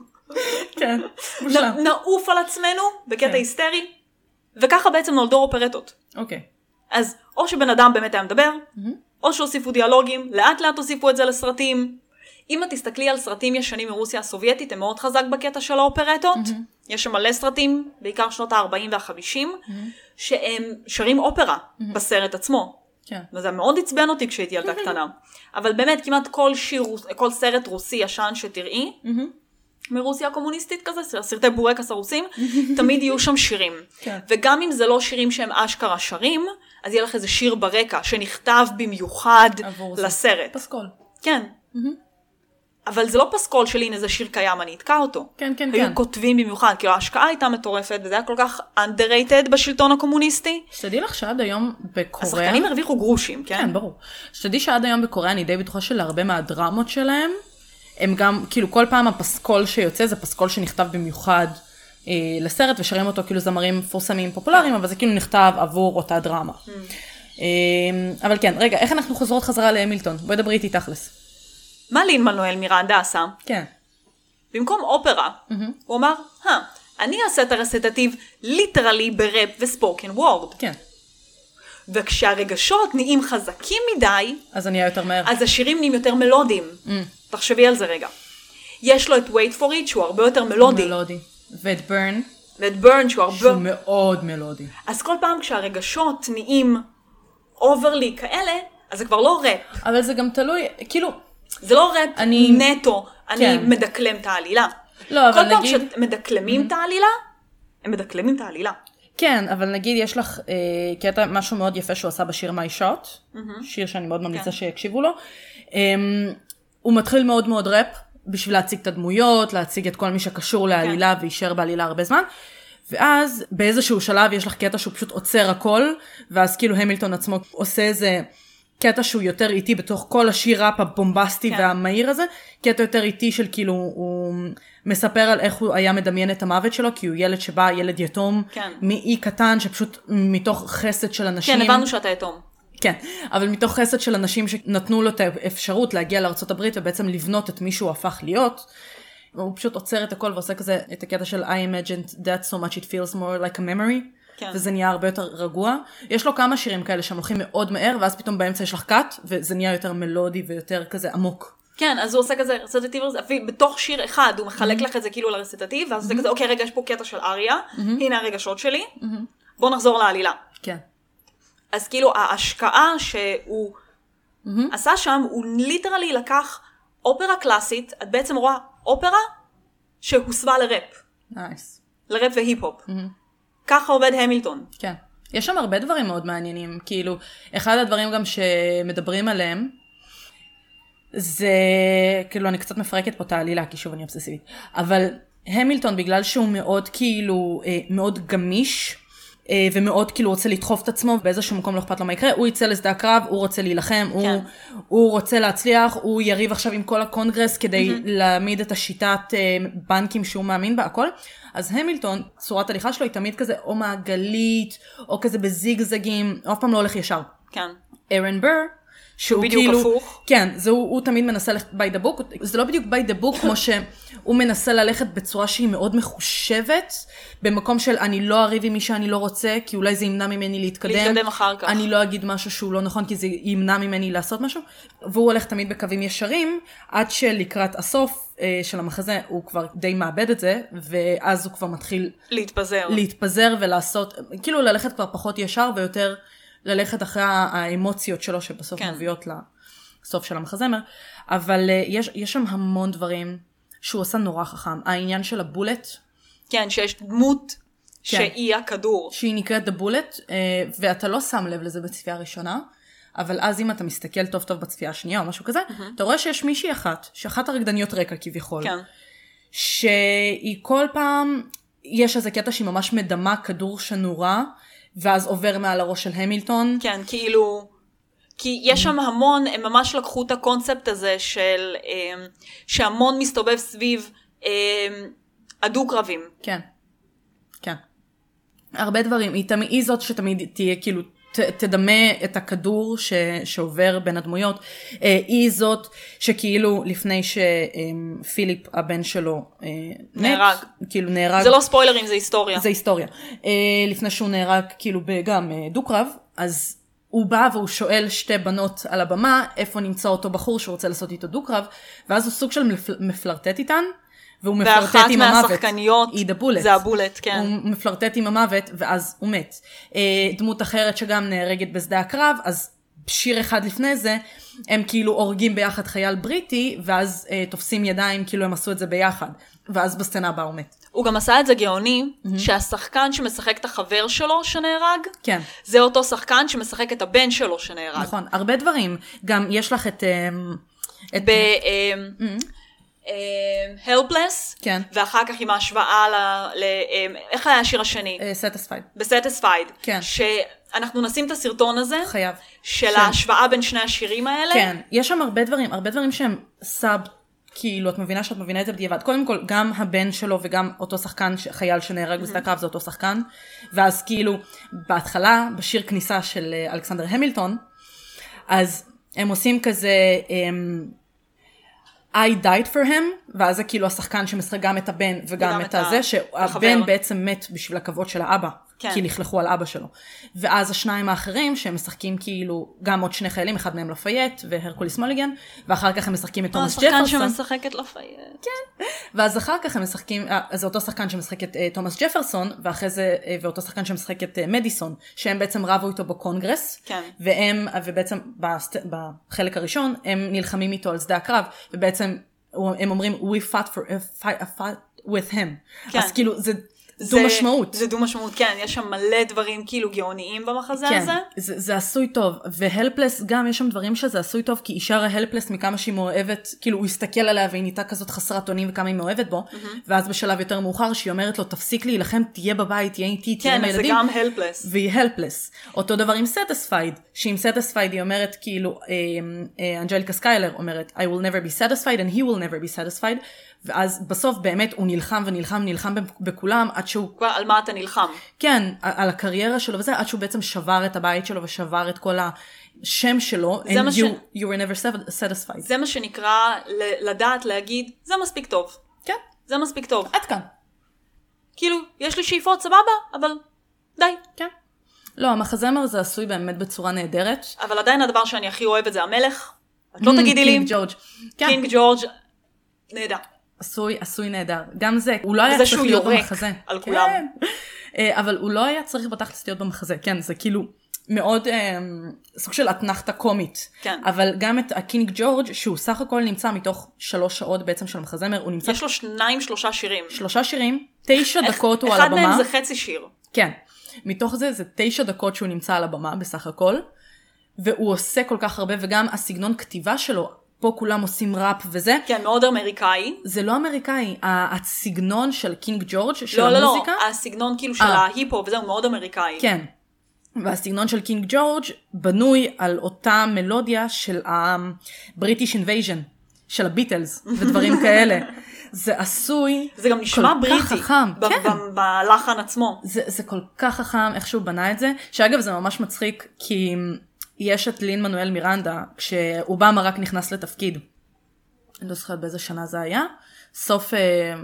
כן, נ- נעוף על עצמנו בקטע כן. היסטרי, וככה בעצם נולדו אופרטות. אוקיי. אז או שבן אדם באמת היה מדבר, mm-hmm. או שהוסיפו דיאלוגים, לאט לאט הוסיפו את זה לסרטים. אם את תסתכלי על סרטים ישנים מרוסיה הסובייטית, הם מאוד חזק בקטע של האופרטות. Mm-hmm. יש שם מלא סרטים, בעיקר שנות ה-ארבעים וה-חמישים, mm-hmm. שהם שרים אופרה mm-hmm. בסרט עצמו. כן. וזה מאוד עצבן אותי כשהייתי ילדה קטנה. אבל באמת כמעט כל שיר, כל סרט רוסי ישן שתראי, mm-hmm. מרוסיה הקומוניסטית כזה, סרטי בורקס הרוסים, תמיד יהיו שם שירים. כן. וגם אם זה לא שירים שהם אשכרה שרים, אז יהיה לך איזה שיר ברקע שנכתב במיוחד לסרט. פסקול. כן. Mm-hmm. אבל זה לא פסקול שלי, הנה זה שיר קיים, אני אתקע אותו. כן, כן, היו כן. כותבים במיוחד, כאילו ההשקעה הייתה מטורפת, וזה היה כל כך underrated בשלטון הקומוניסטי. שתדעי לך שעד היום בקוריאה... השחקנים הרוויחו גרושים, כן? כן, ברור. שתדעי שעד היום בקוריאה, אני די בטוחה שלהרבה מהדרמות שלהם, הם גם, כאילו כל פעם הפסקול שיוצא, זה פסקול שנכתב במיוחד אה, לסרט, ושרים אותו כאילו זמרים מפורסמים פופולריים, אבל זה כאילו נכתב עבור אותה דרמה. Mm. אה, אבל כן, רגע, איך אנחנו חוזרות חזרה להמילטון? בואי דברי איתי תכלס. מה לין מנואל מירנדה עשה? כן. במקום אופרה, mm-hmm. הוא אמר, אה, אני אעשה את הרסטטיב ליטרלי בראפ וספוקן וורד. כן. וכשהרגשות נהיים חזקים מדי, אז אני אהיה יותר מהר. אז השירים נהיים יותר מלודיים. Mm. תחשבי על זה רגע. יש לו את Wait for It שהוא הרבה יותר מלודי. מלודי. ואת Burn. ואת Burn שהוא הרבה... שהוא מאוד מלודי. אז כל פעם כשהרגשות נהיים אוברלי כאלה, אז זה כבר לא ראפ. אבל זה גם תלוי, כאילו... זה לא ראפ אני... נטו, אני כן. מדקלם את העלילה. לא, אבל כל נגיד... פעם שמדקלמים mm-hmm. את העלילה, הם מדקלמים את העלילה. כן, אבל נגיד יש לך אה, קטע משהו מאוד יפה שהוא עשה בשיר My Shot, mm-hmm. שיר שאני מאוד ממליצה כן. שיקשיבו לו. אה, הוא מתחיל מאוד מאוד ראפ, בשביל להציג את הדמויות, להציג את כל מי שקשור לעלילה, כן. וישר בעלילה הרבה זמן. ואז באיזשהו שלב יש לך קטע שהוא פשוט עוצר הכל, ואז כאילו המילטון עצמו עושה איזה... קטע שהוא יותר איטי בתוך כל השיר ראפ הבומבסטי כן. והמהיר הזה, קטע יותר איטי של כאילו, הוא מספר על איך הוא היה מדמיין את המוות שלו, כי הוא ילד שבא, ילד יתום, כן. מאי קטן, שפשוט מתוך חסד של אנשים. כן, הבנו שאתה יתום. כן, אבל מתוך חסד של אנשים שנתנו לו את האפשרות להגיע לארצות הברית, ובעצם לבנות את מי שהוא הפך להיות, הוא פשוט עוצר את הכל ועושה כזה, את הקטע של I imagined that so much it feels more like a memory. כן. וזה נהיה הרבה יותר רגוע. יש לו כמה שירים כאלה שהם הולכים מאוד מהר, ואז פתאום באמצע יש לך קאט, וזה נהיה יותר מלודי ויותר כזה עמוק. כן, אז הוא עושה כזה רסטטיב, בתוך שיר אחד הוא מחלק לך את זה כאילו לרסטטיב, ואז זה כזה, אוקיי, רגע, יש פה קטע של אריה, הנה הרגשות שלי, בוא נחזור לעלילה. כן. אז כאילו ההשקעה שהוא עשה שם, הוא ליטרלי לקח אופרה קלאסית, את בעצם רואה אופרה שהוסבה לראפ. נייס. לראפ והיפ-הופ. ככה עובד המילטון. כן. יש שם הרבה דברים מאוד מעניינים, כאילו, אחד הדברים גם שמדברים עליהם, זה, כאילו, אני קצת מפרקת פה את העלילה, כי שוב אני אובססיבית, אבל המילטון, בגלל שהוא מאוד, כאילו, מאוד גמיש, ומאוד כאילו רוצה לדחוף את עצמו, באיזשהו מקום לא אכפת לו מה יקרה, הוא יצא לשדה הקרב, הוא רוצה להילחם, כן. הוא, הוא רוצה להצליח, הוא יריב עכשיו עם כל הקונגרס, כדי mm-hmm. להעמיד את השיטת בנקים שהוא מאמין בה, הכל. אז המילטון, צורת הליכה שלו היא תמיד כזה או מעגלית, או כזה בזיגזגים, אף פעם לא הולך ישר. כן. אירן בר, שהוא בדיוק כאילו, הפוך. כן, זה הוא, הוא תמיד מנסה ללכת by the book, זה לא בדיוק by the book, כמו שהוא מנסה ללכת בצורה שהיא מאוד מחושבת, במקום של אני לא אריב עם מי שאני לא רוצה, כי אולי זה ימנע ממני להתקדם. להתקדם אחר כך. אני לא אגיד משהו שהוא לא נכון, כי זה ימנע ממני לעשות משהו, והוא הולך תמיד בקווים ישרים, עד שלקראת הסוף אה, של המחזה, הוא כבר די מאבד את זה, ואז הוא כבר מתחיל להתפזר. להתפזר ולעשות, כאילו ללכת כבר פחות ישר ויותר ללכת אחרי האמוציות שלו שבסוף כן. מביאות לסוף של המחזמר, אבל uh, יש, יש שם המון דברים שהוא עושה נורא חכם. העניין של הבולט. כן, שיש דמות כן. שהיא הכדור. שהיא נקראת The Bullet, uh, ואתה לא שם לב לזה בצפייה הראשונה, אבל אז אם אתה מסתכל טוב טוב בצפייה השנייה או משהו כזה, mm-hmm. אתה רואה שיש מישהי אחת, שאחת הרקדניות רקע כביכול, כן. שהיא כל פעם, יש איזה קטע שהיא ממש מדמה כדור שנורה, ואז עובר מעל הראש של המילטון. כן, כאילו, כי יש שם המון, הם ממש לקחו את הקונספט הזה של, שהמון מסתובב סביב הדו-קרבים. כן, כן. הרבה דברים, היא, תמיד, היא זאת שתמיד תהיה, כאילו, ת, תדמה את הכדור ש, שעובר בין הדמויות. היא זאת שכאילו, לפני שפיליפ, הבן שלו, נהרג. מת, כאילו נהרג. זה לא ספוילרים, זה היסטוריה. זה היסטוריה. לפני שהוא נהרג, כאילו, גם דו-קרב, אז הוא בא והוא שואל שתי בנות על הבמה, איפה נמצא אותו בחור שהוא רוצה לעשות איתו דו-קרב, ואז הוא סוג של מפלרטט איתן, והוא מפלרטט עם המוות. ואחת מהשחקניות זה הבולט, כן. הוא מפלרטט עם המוות, ואז הוא מת. דמות אחרת שגם נהרגת בשדה הקרב, אז שיר אחד לפני זה, הם כאילו הורגים ביחד חייל בריטי, ואז תופסים ידיים, כאילו הם עשו את זה ביחד. ואז בסצנה הבאה הוא מת. הוא גם עשה את זה גאוני, mm-hmm. שהשחקן שמשחק את החבר שלו שנהרג, כן. זה אותו שחקן שמשחק את הבן שלו שנהרג. נכון, הרבה דברים. גם יש לך את... את... ב... mm-hmm. Helpless, כן. ואחר כך עם ההשוואה ל... ל... איך היה השיר השני? Satisfied. ב-Satisfied. כן. שאנחנו נשים את הסרטון הזה. חייב. של שם. ההשוואה בין שני השירים האלה. כן. יש שם הרבה דברים, הרבה דברים שהם סאב, כאילו, את מבינה שאת מבינה את זה בדיעבד. קודם כל, גם הבן שלו וגם אותו שחקן, חייל שנהרג בשדה הקרב, זה אותו שחקן. ואז כאילו, בהתחלה, בשיר כניסה של אלכסנדר המילטון, אז הם עושים כזה... I died for him, ואז זה כאילו השחקן שמשחק גם את הבן וגם את הזה, שהבן בעצם מת בשביל הכבוד של האבא, כי לכלכו על אבא שלו. ואז השניים האחרים שהם משחקים כאילו, גם עוד שני חיילים, אחד מהם לפייט והרקוליס מוליגן, ואחר כך הם משחקים את תומאס ג'פרסון. השחקן שמשחק את לפייט. כן. ואז אחר כך הם משחקים, זה אותו שחקן שמשחק את תומאס ג'פרסון, ואחרי זה, ואותו שחקן שמשחק את מדיסון, שהם בעצם רבו איתו בקונגרס, כן. והם, ובעצם בחלק הראשון, הם נלחמים איתו על שדה הקרב, ובעצם הם אומרים, we fought, for, uh, fight, uh, fight with him. כן. אז כאילו, זה דו זה, משמעות. זה דו משמעות, כן. יש שם מלא דברים כאילו גאוניים במחזה כן. הזה. זה, זה עשוי טוב. והלפלס גם, יש שם דברים שזה עשוי טוב, כי אישה ההלפלס מכמה שהיא מאוהבת, כאילו הוא הסתכל עליה והיא ניתה כזאת חסרת אונים וכמה היא מאוהבת בו, mm-hmm. ואז בשלב יותר מאוחר שהיא אומרת לו, תפסיק להילחם, תהיה בבית, תהיה איתי, תהיה עם הילדים. כן, זה גם הלפלס. והיא הלפלס. אותו דבר עם סטיספייד, שעם סטיספייד היא אומרת כאילו, אנג'ליקה סקיילר אומרת, I will never be satisfied and he will never be satisfied, ואז בסוף באמת הוא נלחם ונלחם, נלחם בכולם, עד שהוא... כבר על מה אתה נלחם? כן, על הקריירה שלו וזה, עד שהוא בעצם שבר את הבית שלו ושבר את כל השם שלו, and you, ש... you were never satisfied. זה מה שנקרא לדעת להגיד, זה מספיק טוב. כן. זה מספיק טוב. עד כאן. כאילו, יש לי שאיפות, סבבה, אבל די. כן. לא, המחזמר זה עשוי באמת בצורה נהדרת. אבל עדיין הדבר שאני הכי אוהבת זה המלך. את לא תגידי לי. קינג ג'ורג'. קינג ג'ורג' נהדר. עשוי, עשוי נהדר. גם זה, הוא לא היה צריך להיות במחזה. על כולם. אבל הוא לא היה צריך בתכלס להיות במחזה. כן, זה כאילו, מאוד אה, סוג של התנחתה קומית. כן. אבל גם את הקינג ג'ורג' שהוא סך הכל נמצא מתוך שלוש שעות בעצם של המחזמר, הוא נמצא... יש לו שניים, שלושה שירים. שלושה שירים, תשע דקות הוא על אחד הבמה. מהם זה חצי שיר. כן. מתוך זה זה תשע דקות שהוא נמצא על הבמה בסך הכל, והוא עושה כל כך הרבה, וגם הסגנון כתיבה שלו, פה כולם עושים ראפ וזה. כן, מאוד אמריקאי. זה לא אמריקאי, הסגנון של קינג ג'ורג' של לא, המוזיקה. לא, לא, הסגנון כאילו של ההיפ-הופ וזה הוא מאוד אמריקאי. כן. והסגנון של קינג ג'ורג' בנוי על אותה מלודיה של הבריטיש אינבייז'ן, של הביטלס ודברים כאלה. זה עשוי, זה גם נשמע בריטי, חכם. ב- כן. ב- בלחן עצמו. זה, זה כל כך חכם איך שהוא בנה את זה, שאגב זה ממש מצחיק, כי יש את לין מנואל מירנדה, כשאובמה רק נכנס לתפקיד, אני לא זוכרת באיזה שנה זה היה, סוף,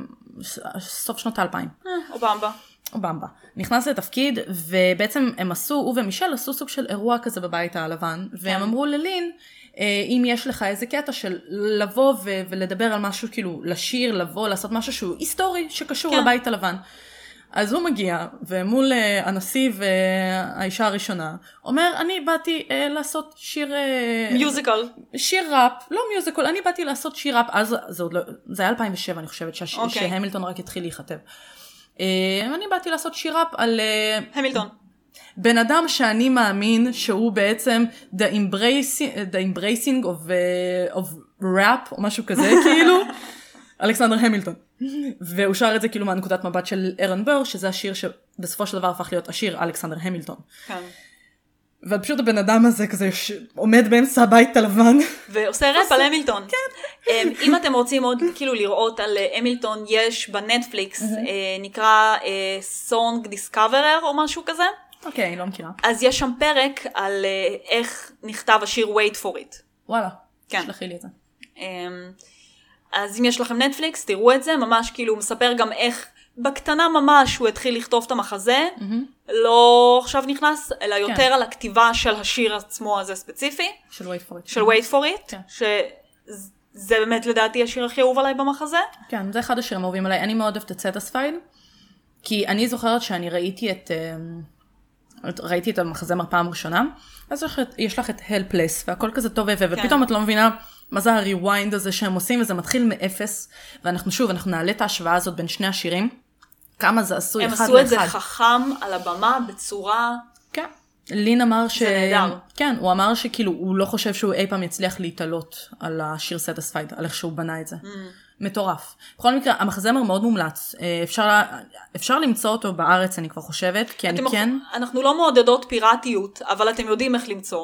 סוף שנות האלפיים. אובמה. אובמה. נכנס לתפקיד, ובעצם הם עשו, הוא ומישל עשו סוג של אירוע כזה בבית הלבן, והם אמרו ללין, אם יש לך איזה קטע של לבוא ו- ולדבר על משהו, כאילו לשיר, לבוא, לעשות משהו שהוא היסטורי, שקשור כן. לבית הלבן. אז הוא מגיע, ומול הנשיא והאישה הראשונה, אומר, אני באתי אה, לעשות שיר... אה, מיוזיקל. שיר ראפ, לא מיוזיקל, אני באתי לעשות שיר ראפ, אז זה עוד לא, זה היה אלפיים ושבע, אני חושבת, שהש, okay. שהמילטון רק התחיל להיכתב. אה, אני באתי לעשות שיר ראפ על... אה, המילטון. בן אדם שאני מאמין שהוא בעצם the embracing, the embracing of, uh, of rap, או משהו כזה, כאילו, אלכסנדר המילטון. והוא שר את זה כאילו מהנקודת מבט של אירן בור, שזה השיר שבסופו של דבר הפך להיות השיר אלכסנדר המילטון. כן. ופשוט הבן אדם הזה כזה עומד באמצע הבית הלבן. ועושה ראפ על המילטון. כן. אם אתם רוצים עוד כאילו לראות על המילטון, יש בנטפליקס, נקרא Song Discoverer או משהו כזה. אוקיי, לא מכירה. אז יש שם פרק על איך נכתב השיר Wait for it. וואלה, כן. שלחי לי את זה. אז אם יש לכם נטפליקס, תראו את זה, ממש כאילו הוא מספר גם איך בקטנה ממש הוא התחיל לכתוב את המחזה, mm-hmm. לא עכשיו נכנס, אלא יותר כן. על הכתיבה של השיר עצמו הזה ספציפי. של Wait for it. של Wait for it, כן. שזה באמת לדעתי השיר הכי אהוב עליי במחזה. כן, זה אחד השירים אהובים עליי. אני מאוד אוהבת את Satisfied, כי אני זוכרת שאני ראיתי את... ראיתי את המחזמר פעם ראשונה, אז יש לך את Helpless, והכל כזה טוב ויפה, כן. ופתאום את לא מבינה מה זה הריוויינד הזה שהם עושים, וזה מתחיל מאפס, ואנחנו שוב, אנחנו נעלה את ההשוואה הזאת בין שני השירים, כמה זה עשוי אחד לאחד. הם עשו את זה חכם על הבמה בצורה... כן. לין אמר ש... זה נהדר. כן, הוא אמר שכאילו, הוא לא חושב שהוא אי פעם יצליח להתעלות על השיר Satisfied, על איך שהוא בנה את זה. Mm. מטורף. בכל מקרה, המחזמר מאוד מומלץ. אפשר, אפשר למצוא אותו בארץ, אני כבר חושבת, כי אני כן... אנחנו לא מעודדות פיראטיות, אבל אתם יודעים איך למצוא.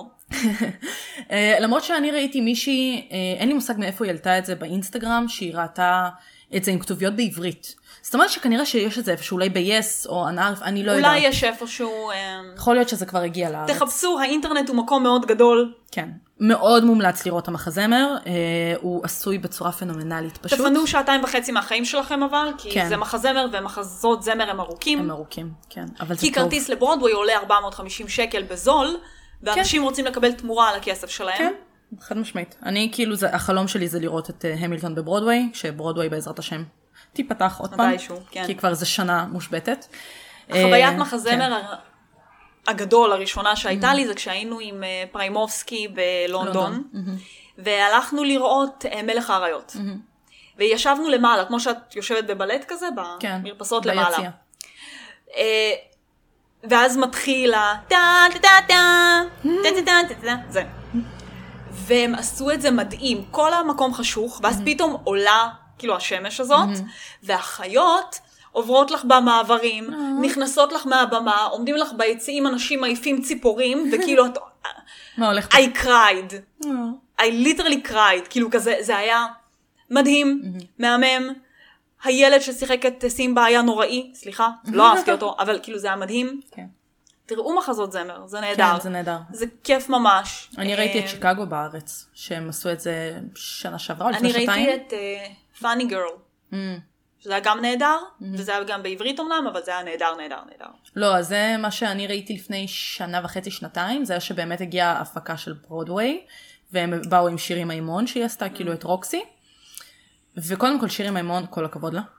למרות שאני ראיתי מישהי, אין לי מושג מאיפה היא העלתה את זה באינסטגרם, שהיא ראתה את זה עם כתוביות בעברית. זאת אומרת שכנראה שיש את זה איפשהו, אולי ב-yes או אנערף, אני לא יודעת. אולי יש איפשהו... יכול להיות שזה כבר הגיע לארץ. תחפשו, האינטרנט הוא מקום מאוד גדול. כן. מאוד מומלץ לראות המחזמר, הוא עשוי בצורה פנומנלית פשוט. תפנו שעתיים וחצי מהחיים שלכם אבל, כי זה מחזמר ומחזות זמר הם ארוכים. הם ארוכים, כן. כי כרטיס לברודווי עולה ארבע מאות וחמישים שקל בזול, ואנשים רוצים לקבל תמורה על הכסף שלהם. כן, חד משמעית. אני כאילו, החלום שלי זה לראות את המילטון בברודווי, שברודווי בעזרת השם תיפתח עוד פעם, כי כבר זה שנה מושבטת. חוויית מחזמר הגדול הראשונה שהייתה לי, זה כשהיינו עם פריימובסקי בלונדון, והלכנו לראות מלך האריות. וישבנו למעלה, כמו שאת יושבת בבלט כזה, במרפסות למעלה. ואז מתחיל ה... זה. והם עשו את זה מדהים. כל המקום חשוך, ואז פתאום עולה, כאילו השמש הזאת, והחיות עוברות לך במעברים, נכנסות לך מהבמה, עומדים לך ביציעים אנשים מעיפים ציפורים, וכאילו את... מה הולך? I cried. I literally cried. כאילו כזה, זה היה מדהים, מהמם. הילד ששיחק את סימבה היה נוראי, סליחה, לא אהבתי אותו, אבל כאילו זה היה מדהים. כן. תראו מחזות זמר, זה נהדר. כן, זה נהדר. זה כיף ממש. אני ראיתי את שיקגו בארץ, שהם עשו את זה שנה שעברה, לפני שנתיים. שנתיים. אני ראיתי את Funny Girl, שזה היה גם נהדר, וזה היה גם בעברית אומנם, אבל זה היה נהדר, נהדר, נהדר. לא, אז זה מה שאני ראיתי לפני שנה וחצי, שנתיים, זה היה שבאמת הגיעה ההפקה של ברודווי, והם באו עם שירי מימון, שהיא עשתה כאילו את רוקסי, וקודם כל שירי מימון, כל הכבוד לה.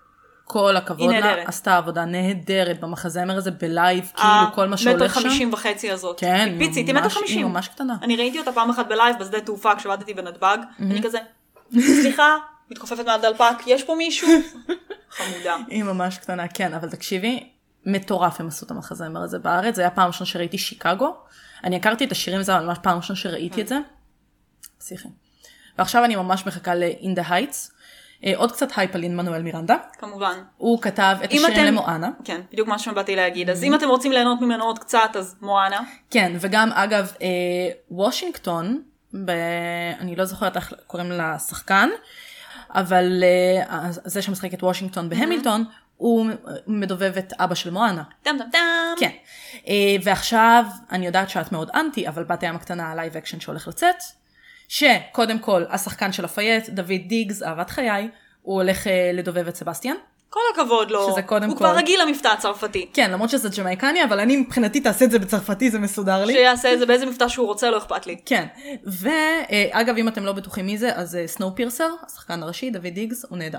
כל הכבוד לה, עשתה עבודה נהדרת במחזמר הזה בלייב, כאילו כל מה שהולך שם. מטר חמישים וחצי הזאת. כן, פיצית, היא מטר חמישים. היא ממש קטנה. אני ראיתי אותה פעם אחת בלייב בשדה תעופה כשעבדתי בנתב"ג, אני כזה, סליחה, מתכופפת מהדלפק, יש פה מישהו? חמודה. היא ממש קטנה, כן, אבל תקשיבי, מטורף הם עשו את המחזמר הזה בארץ, זה היה פעם ראשונה שראיתי שיקגו, אני הכרתי את השירים, זה ממש פעם ראשונה שראיתי את זה. פסיכי. ועכשיו אני ממש מחכה ל-In the Heights, עוד קצת הייפ על לין מנואל מירנדה. כמובן. הוא כתב את השירים למואנה. כן, בדיוק מה שבאתי להגיד. אז אם אתם רוצים ליהנות ממנו עוד קצת, אז מואנה. כן, וגם אגב, וושינגטון, אני לא זוכרת איך קוראים לשחקן, אבל זה שמשחק את וושינגטון בהמילטון, הוא מדובב את אבא של מואנה. טם טם טם. כן. ועכשיו, אני יודעת שאת מאוד אנטי, אבל בת הים הקטנה, הלייב אקשן שהולך לצאת, שקודם כל, השחקן של הפייט, דוד דיגס, אהבת חיי, הוא הולך לדובב את סבסטיאן. כל הכבוד לו. שזה קודם הוא כל. כבר רגיל למבטא הצרפתי. כן, למרות שזה ג'מייקני, אבל אני מבחינתי תעשה את זה בצרפתי, זה מסודר לי. שיעשה את זה באיזה מבטא שהוא רוצה, לא אכפת לי. כן. ואגב, אם אתם לא בטוחים מי זה, אז סנואו פירסר, השחקן הראשי, דוד דיגס, הוא נהדר.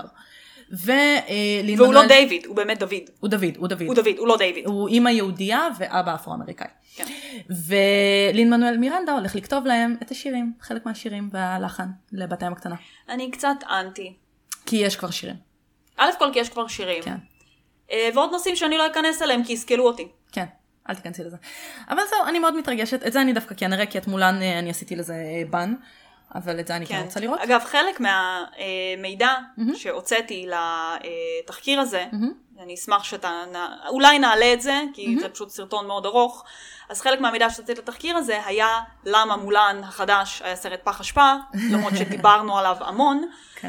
והוא לא דיוויד, הוא באמת דוד. הוא דוד, הוא דוד. הוא דוד, הוא לא דיוויד. הוא אמא יהודייה ואבא אפרו-אמריקאי. כן. ולין מנואל מירנדה הולך לכתוב להם את השירים, חלק מהשירים והלחן לבת הים הקטנה. אני קצת אנטי. כי יש כבר שירים. א' כל כי יש כבר שירים. כן. ועוד נושאים שאני לא אכנס אליהם כי יסכלו אותי. כן, אל תיכנסי לזה. אבל זהו, אני מאוד מתרגשת. את זה אני דווקא כן אראה, כי את מולן אני עשיתי לזה בן. אבל את זה אני כן רוצה לראות. אגב, חלק מהמידע שהוצאתי לתחקיר הזה, אני אשמח שאתה, אולי נעלה את זה, כי זה פשוט סרטון מאוד ארוך, אז חלק מהמידע שהוצאתי לתחקיר הזה היה למה מולן החדש היה סרט פח אשפה, למרות שדיברנו עליו המון,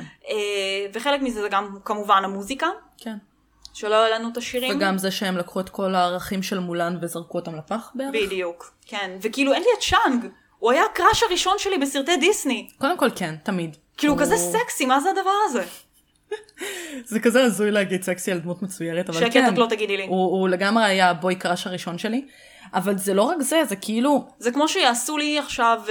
וחלק מזה זה גם כמובן המוזיקה, שלא היה לנו את השירים. וגם זה שהם לקחו את כל הערכים של מולן וזרקו אותם לפח בערך. בדיוק, כן, וכאילו אין לי את שאנג, הוא היה הקראש הראשון שלי בסרטי דיסני. קודם כל כן, תמיד. כאילו הוא כזה סקסי, מה זה הדבר הזה? זה כזה הזוי להגיד סקסי על דמות מצוירת, אבל כן. שקט, את לא תגידי לי. הוא לגמרי היה הבוי קראש הראשון שלי, אבל זה לא רק זה, זה כאילו... זה כמו שיעשו לי עכשיו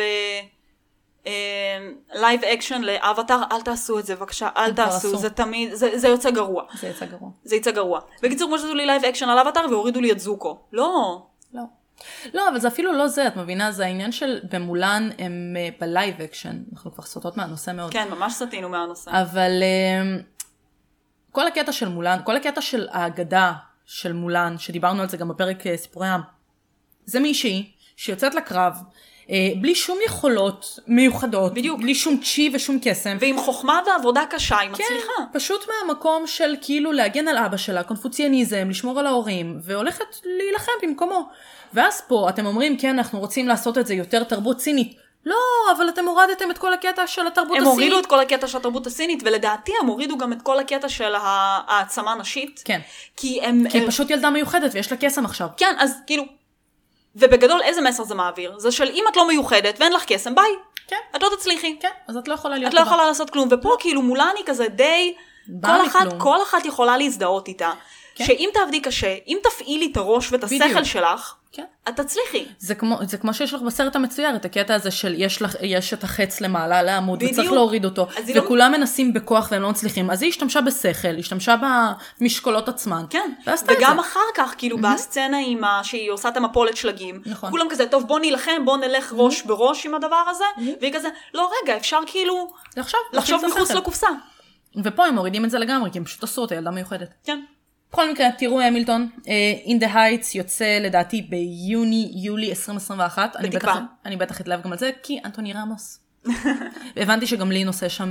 לייב אקשן לאבטר, אל תעשו את זה, בבקשה, אל תעשו, זה תמיד, זה יוצא גרוע. זה יוצא גרוע. זה יוצא גרוע. בקיצור, כמו שעשו לי לייב אקשן על אבטר, והורידו לי את זוקו. לא. לא. לא, אבל זה אפילו לא זה, את מבינה, זה העניין של במולן הם בלייב אקשן, אנחנו כבר סוטות מהנושא מאוד. כן, ממש סטינו מהנושא. אבל כל הקטע של מולן, כל הקטע של האגדה של מולן, שדיברנו על זה גם בפרק סיפורי עם, זה מישהי שיוצאת לקרב, בלי שום יכולות מיוחדות, בדיוק. בלי שום צ'י ושום קסם. ועם חוכמה ועבודה קשה, היא מצליחה. כן, פשוט מהמקום של כאילו להגן על אבא שלה, קונפוציאניזם, לשמור על ההורים, והולכת להילחם במקומו. ואז פה אתם אומרים, כן, אנחנו רוצים לעשות את זה יותר תרבות סינית. לא, אבל אתם הורדתם את כל הקטע של התרבות הם הסינית. הם הורידו את כל הקטע של התרבות הסינית, ולדעתי הם הורידו גם את כל הקטע של העצמה נשית. כן. כי הם... כי היא פשוט ילדה מיוחדת ויש לה קסם עכשיו. כן, אז כאילו... ובגדול איזה מסר זה מעביר? זה של אם את לא מיוחדת ואין לך קסם, ביי. כן. את לא תצליחי. כן, אז את לא יכולה להיות את לא יכולה לעשות כלום. ופה כאילו מולני כזה די... כל אחת, כל אחת יכולה להזדהות איתה. כן. שאם תעבדי קשה, אם תפעילי את הראש ואת השכל בדיוק. שלך, כן. את תצליחי. זה כמו, זה כמו שיש לך בסרט המצויר, את הקטע הזה של יש, לך, יש את החץ למעלה לעמוד, בדיוק. וצריך להוריד אותו, וכולם לא... מנסים בכוח והם לא מצליחים. אז היא השתמשה בשכל, השתמשה במשקולות עצמן. כן, וגם אחר כך, כאילו mm-hmm. בסצנה עם ה... שהיא עושה את המפולת שלגים, נכון. כולם כזה, טוב בוא נילחם, בוא נלך mm-hmm. ראש בראש עם הדבר הזה, mm-hmm. והיא כזה, לא רגע, אפשר כאילו לחשוב, לחשוב מחוץ לקופסה. ופה הם מורידים את זה לגמרי, כי הם פשוט עשו אותה ילדה מיוחדת. כן. בכל מקרה, תראו המילטון, In the Heights יוצא לדעתי ביוני, יולי עשרים עשרים ואחת. אני בטח, אני בטח אתלהב גם על זה, כי אנטוני רמוס. הבנתי שגם לי נושא שם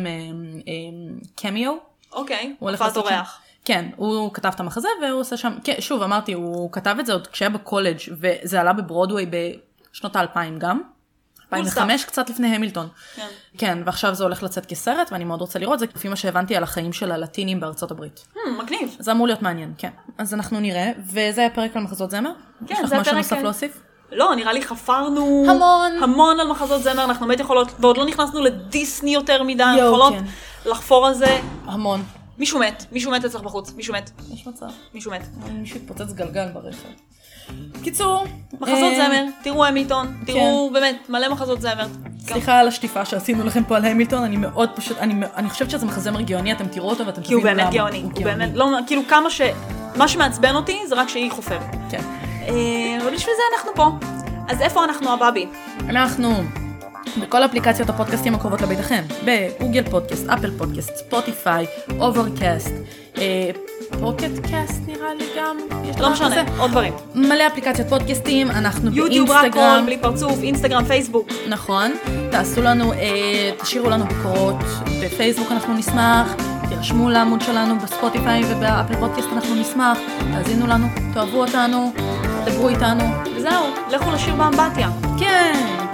קמיו. אוקיי, הופעת אורח. כן, הוא כתב את המחזה והוא עושה שם, שוב אמרתי, הוא כתב את זה עוד כשהיה בקולג' וזה עלה בברודווי בשנות האלפיים גם. אלפיים וחמש, קצת לפני המילטון. כן. כן, ועכשיו זה הולך לצאת כסרט, ואני מאוד רוצה לראות, זה לפי מה שהבנתי על החיים של הלטינים בארצות הברית. Hmm, מגניב. זה אמור להיות מעניין, כן. אז אנחנו נראה, וזה היה פרק על מחזות זמר? כן, זה היה פרק... יש לך משהו נוסף להוסיף? לא, נראה לי חפרנו... המון. המון על מחזות זמר, אנחנו באמת יכולות, ועוד לא נכנסנו לדיסני יותר מדי, יכולות לחפור על זה. המון. מישהו מת, מישהו מת אצלך בחוץ, מישהו מת. יש מצב. מישהו מת. מישהו התפוצץ גלגל ברכב. קיצור. מחזות זמר, תראו המילטון, תראו באמת מלא מחזות זמר. סליחה על השטיפה שעשינו לכם פה על המילטון, אני מאוד פשוט, אני חושבת שזה מחזמר גאוני, אתם תראו אותו ואתם תבינו למה. כי הוא באמת גאוני, הוא באמת, לא, כאילו כמה ש... מה שמעצבן אותי זה רק שהיא חופרת. כן. אבל בשביל זה אנחנו פה. אז איפה אנחנו, הבאבי? אנחנו בכל אפליקציות הפודקאסטים הקרובות לביתכם, בגוגל פודקאסט, אפל פודקאסט, ספוטיפיי, אוברקאסט, פוקט קאסט נראה לי גם, לא משנה, עוד דברים. מלא אפליקציות פודקאסטים, אנחנו יוטיוב, באינסטגרם. רק בלי פרצוף, אינסטגרם, פייסבוק. נכון, תעשו לנו, תשאירו לנו ביקורות, בפייסבוק אנחנו נשמח, תרשמו לעמוד שלנו בספוטיפיי ובאפל פודקאסט אנחנו נשמח, תאזינו לנו, תאהבו אותנו, תדברו איתנו. וזהו, לכו לשיר באמבטיה. כן.